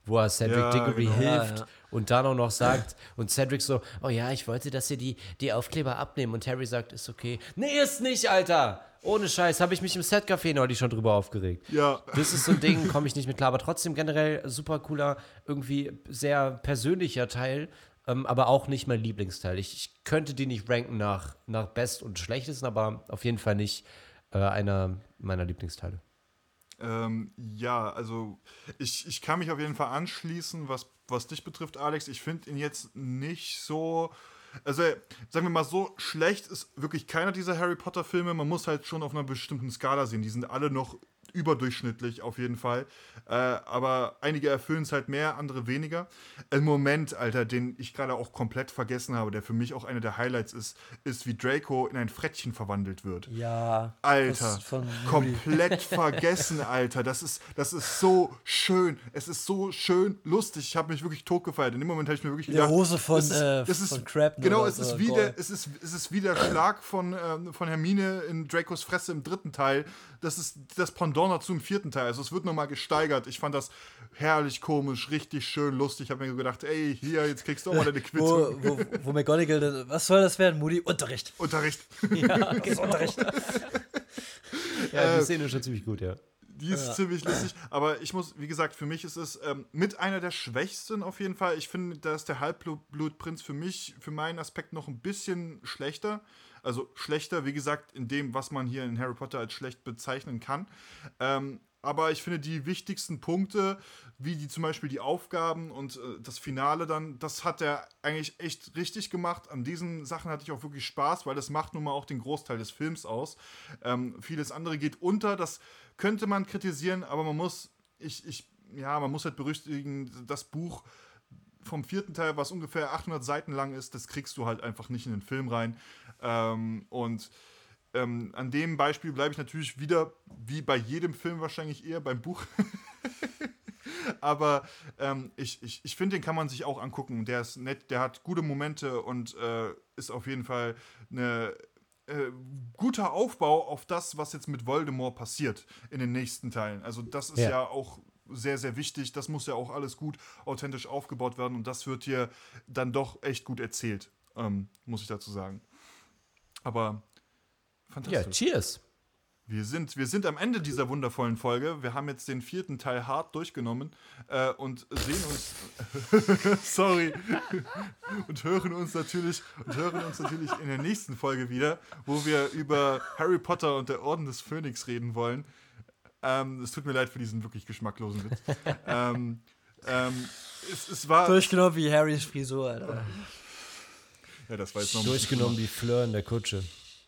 wo er Cedric Ja, Diggory genau. hilft Ja, ja. und dann auch noch sagt, und Cedric so, oh ja, ich wollte, dass sie die, die Aufkleber abnehmen. Und Harry sagt, ist okay. Nee, ist nicht, Alter! Ohne Scheiß, habe ich mich im Setcafé neulich schon drüber aufgeregt. Ja. Das ist so ein Ding, komme ich nicht mit klar. Aber trotzdem generell super cooler, irgendwie sehr persönlicher Teil, ähm, aber auch nicht mein Lieblingsteil. Ich, ich könnte die nicht ranken nach, nach Best und Schlechtesten, aber auf jeden Fall nicht äh, einer meiner Lieblingsteile. Ähm, ja, also ich, ich kann mich auf jeden Fall anschließen, was, was dich betrifft, Alex. Ich finde ihn jetzt nicht so, also sagen wir mal so, schlecht ist wirklich keiner dieser Harry Potter Filme. Man muss halt schon auf einer bestimmten Skala sehen. Die sind alle noch überdurchschnittlich auf jeden Fall. Äh, aber einige erfüllen es halt mehr, andere weniger. Ein Moment, Alter, den ich gerade auch komplett vergessen habe, der für mich auch einer der Highlights ist, ist, wie Draco in ein Frettchen verwandelt wird. Ja. Alter, das von komplett vergessen, Alter. Das ist, das ist so schön. Es ist so schön lustig. Ich habe mich wirklich totgefeiert. In dem Moment habe ich mir wirklich In der gedacht, Hose von, das ist, äh, das ist, von Crabbe. Genau, oder es ist, so, wie Goll. der, es, ist, es ist wie der Schlag von, ähm, von Hermine in Dracos Fresse im dritten Teil. Das ist das Pendant dazu im vierten Teil. Also es wird nochmal gesteigert. Ich fand das herrlich komisch, richtig schön lustig. Ich habe mir so gedacht, ey, hier, jetzt kriegst du auch mal deine Quittung. Wo, wo, wo McGonagall dann, was soll das werden, Moody? Unterricht. Unterricht. Ja, das ist Unterricht. Ja, Äh, die Szene ist schon ziemlich gut, ja. Die ist Ja. ziemlich lustig, aber ich muss, wie gesagt, für mich ist es ähm, mit einer der schwächsten auf jeden Fall. Ich finde, da ist der Halbblutprinz für mich, für meinen Aspekt noch ein bisschen schlechter. Also schlechter, wie gesagt, in dem, was man hier in Harry Potter als schlecht bezeichnen kann. Ähm, aber ich finde, die wichtigsten Punkte, wie die zum Beispiel die Aufgaben und äh, das Finale dann, das hat er eigentlich echt richtig gemacht. An diesen Sachen hatte ich auch wirklich Spaß, weil das macht nun mal auch den Großteil des Films aus. Ähm, vieles andere geht unter, das könnte man kritisieren, aber man muss, ich, ich, ja, man muss halt berücksichtigen, das Buch vom vierten Teil, was ungefähr achthundert Seiten lang ist, das kriegst du halt einfach nicht in den Film rein. Ähm, und ähm, an dem Beispiel bleibe ich natürlich wieder, wie bei jedem Film wahrscheinlich eher beim Buch. Aber ähm, ich, ich, ich finde, den kann man sich auch angucken. Der ist nett, der hat gute Momente und äh, ist auf jeden Fall eine Äh, guter Aufbau auf das, was jetzt mit Voldemort passiert in den nächsten Teilen. Also das ist Ja. ja auch sehr, sehr wichtig. Das muss ja auch alles gut authentisch aufgebaut werden und das wird hier dann doch echt gut erzählt, ähm, muss ich dazu sagen. Aber Ja, fantastisch. cheers. Wir sind, wir sind am Ende dieser wundervollen Folge. Wir haben jetzt den vierten Teil hart durchgenommen äh, und sehen uns sorry und hören uns natürlich und hören uns natürlich in der nächsten Folge wieder, wo wir über Harry Potter und der Orden des Phönix reden wollen. Ähm, es tut mir leid für diesen wirklich geschmacklosen Witz. ähm, ähm, es, es war Durchgenommen wie Harrys Frisur, Alter. ja, das war jetzt noch ein Durchgenommen wie Fleur in der Kutsche.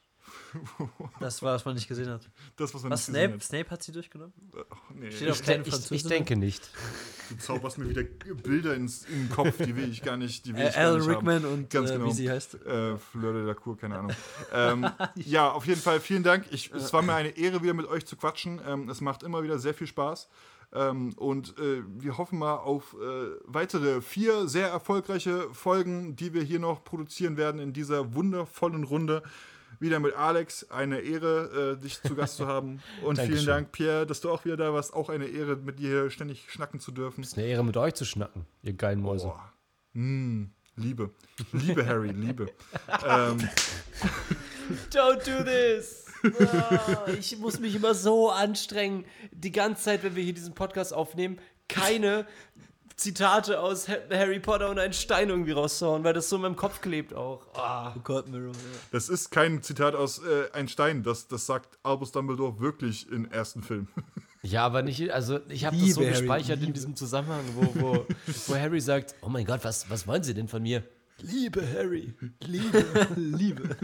Das war, was man nicht gesehen hat. das, was man Was, nicht gesehen Snape? Snape hat sie durchgenommen? hat. Ach, nee. Steht auf Ich, kleine ich, Französin. ich denke nicht. Du zauberst mir wieder Bilder ins, in den Kopf, die will ich gar nicht, die will Äh, ich gar Alan nicht haben. Rickman und Ganz äh, genau. wie sie heißt. Äh, Fleur de la Cour, keine Ahnung. ähm, ja, auf jeden Fall vielen Dank. Ich, es war mir eine Ehre, wieder mit euch zu quatschen. Ähm, es macht immer wieder sehr viel Spaß. Ähm, und äh, wir hoffen mal auf äh, weitere vier sehr erfolgreiche Folgen, die wir hier noch produzieren werden in dieser wundervollen Runde. Wieder mit Alex. Eine Ehre, äh, dich zu Gast zu haben. Und vielen Dankeschön. Dank, Pierre, dass du auch wieder da warst. Auch eine Ehre, mit dir hier ständig schnacken zu dürfen. Ist eine Ehre, mit euch zu schnacken, ihr geilen Mäuse. Boah. Mm, Liebe. Liebe, Harry, Liebe. ähm, Don't do this! Oh, ich muss mich immer so anstrengen, die ganze Zeit, wenn wir hier diesen Podcast aufnehmen, keine Zitate aus Ha- Harry Potter und ein Stein irgendwie rauszuhauen, weil das so in meinem Kopf klebt auch. Ah. Oh Gott, Mirror. Ja. Das ist kein Zitat aus äh, Ein Stein, das, das sagt Albus Dumbledore wirklich im ersten Film. Ja, aber nicht, also ich habe das Liebe, so Harry, gespeichert in Liebe. diesem Zusammenhang, wo, wo, wo Harry sagt, oh mein Gott, was, was wollen Sie denn von mir? Liebe Harry, Liebe. Liebe.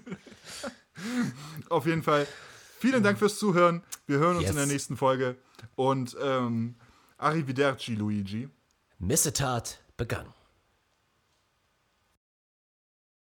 Auf jeden Fall, vielen Dank fürs Zuhören. Wir hören uns Yes. in der nächsten Folge. Und ähm, Arrivederci, Luigi. Missetat begangen.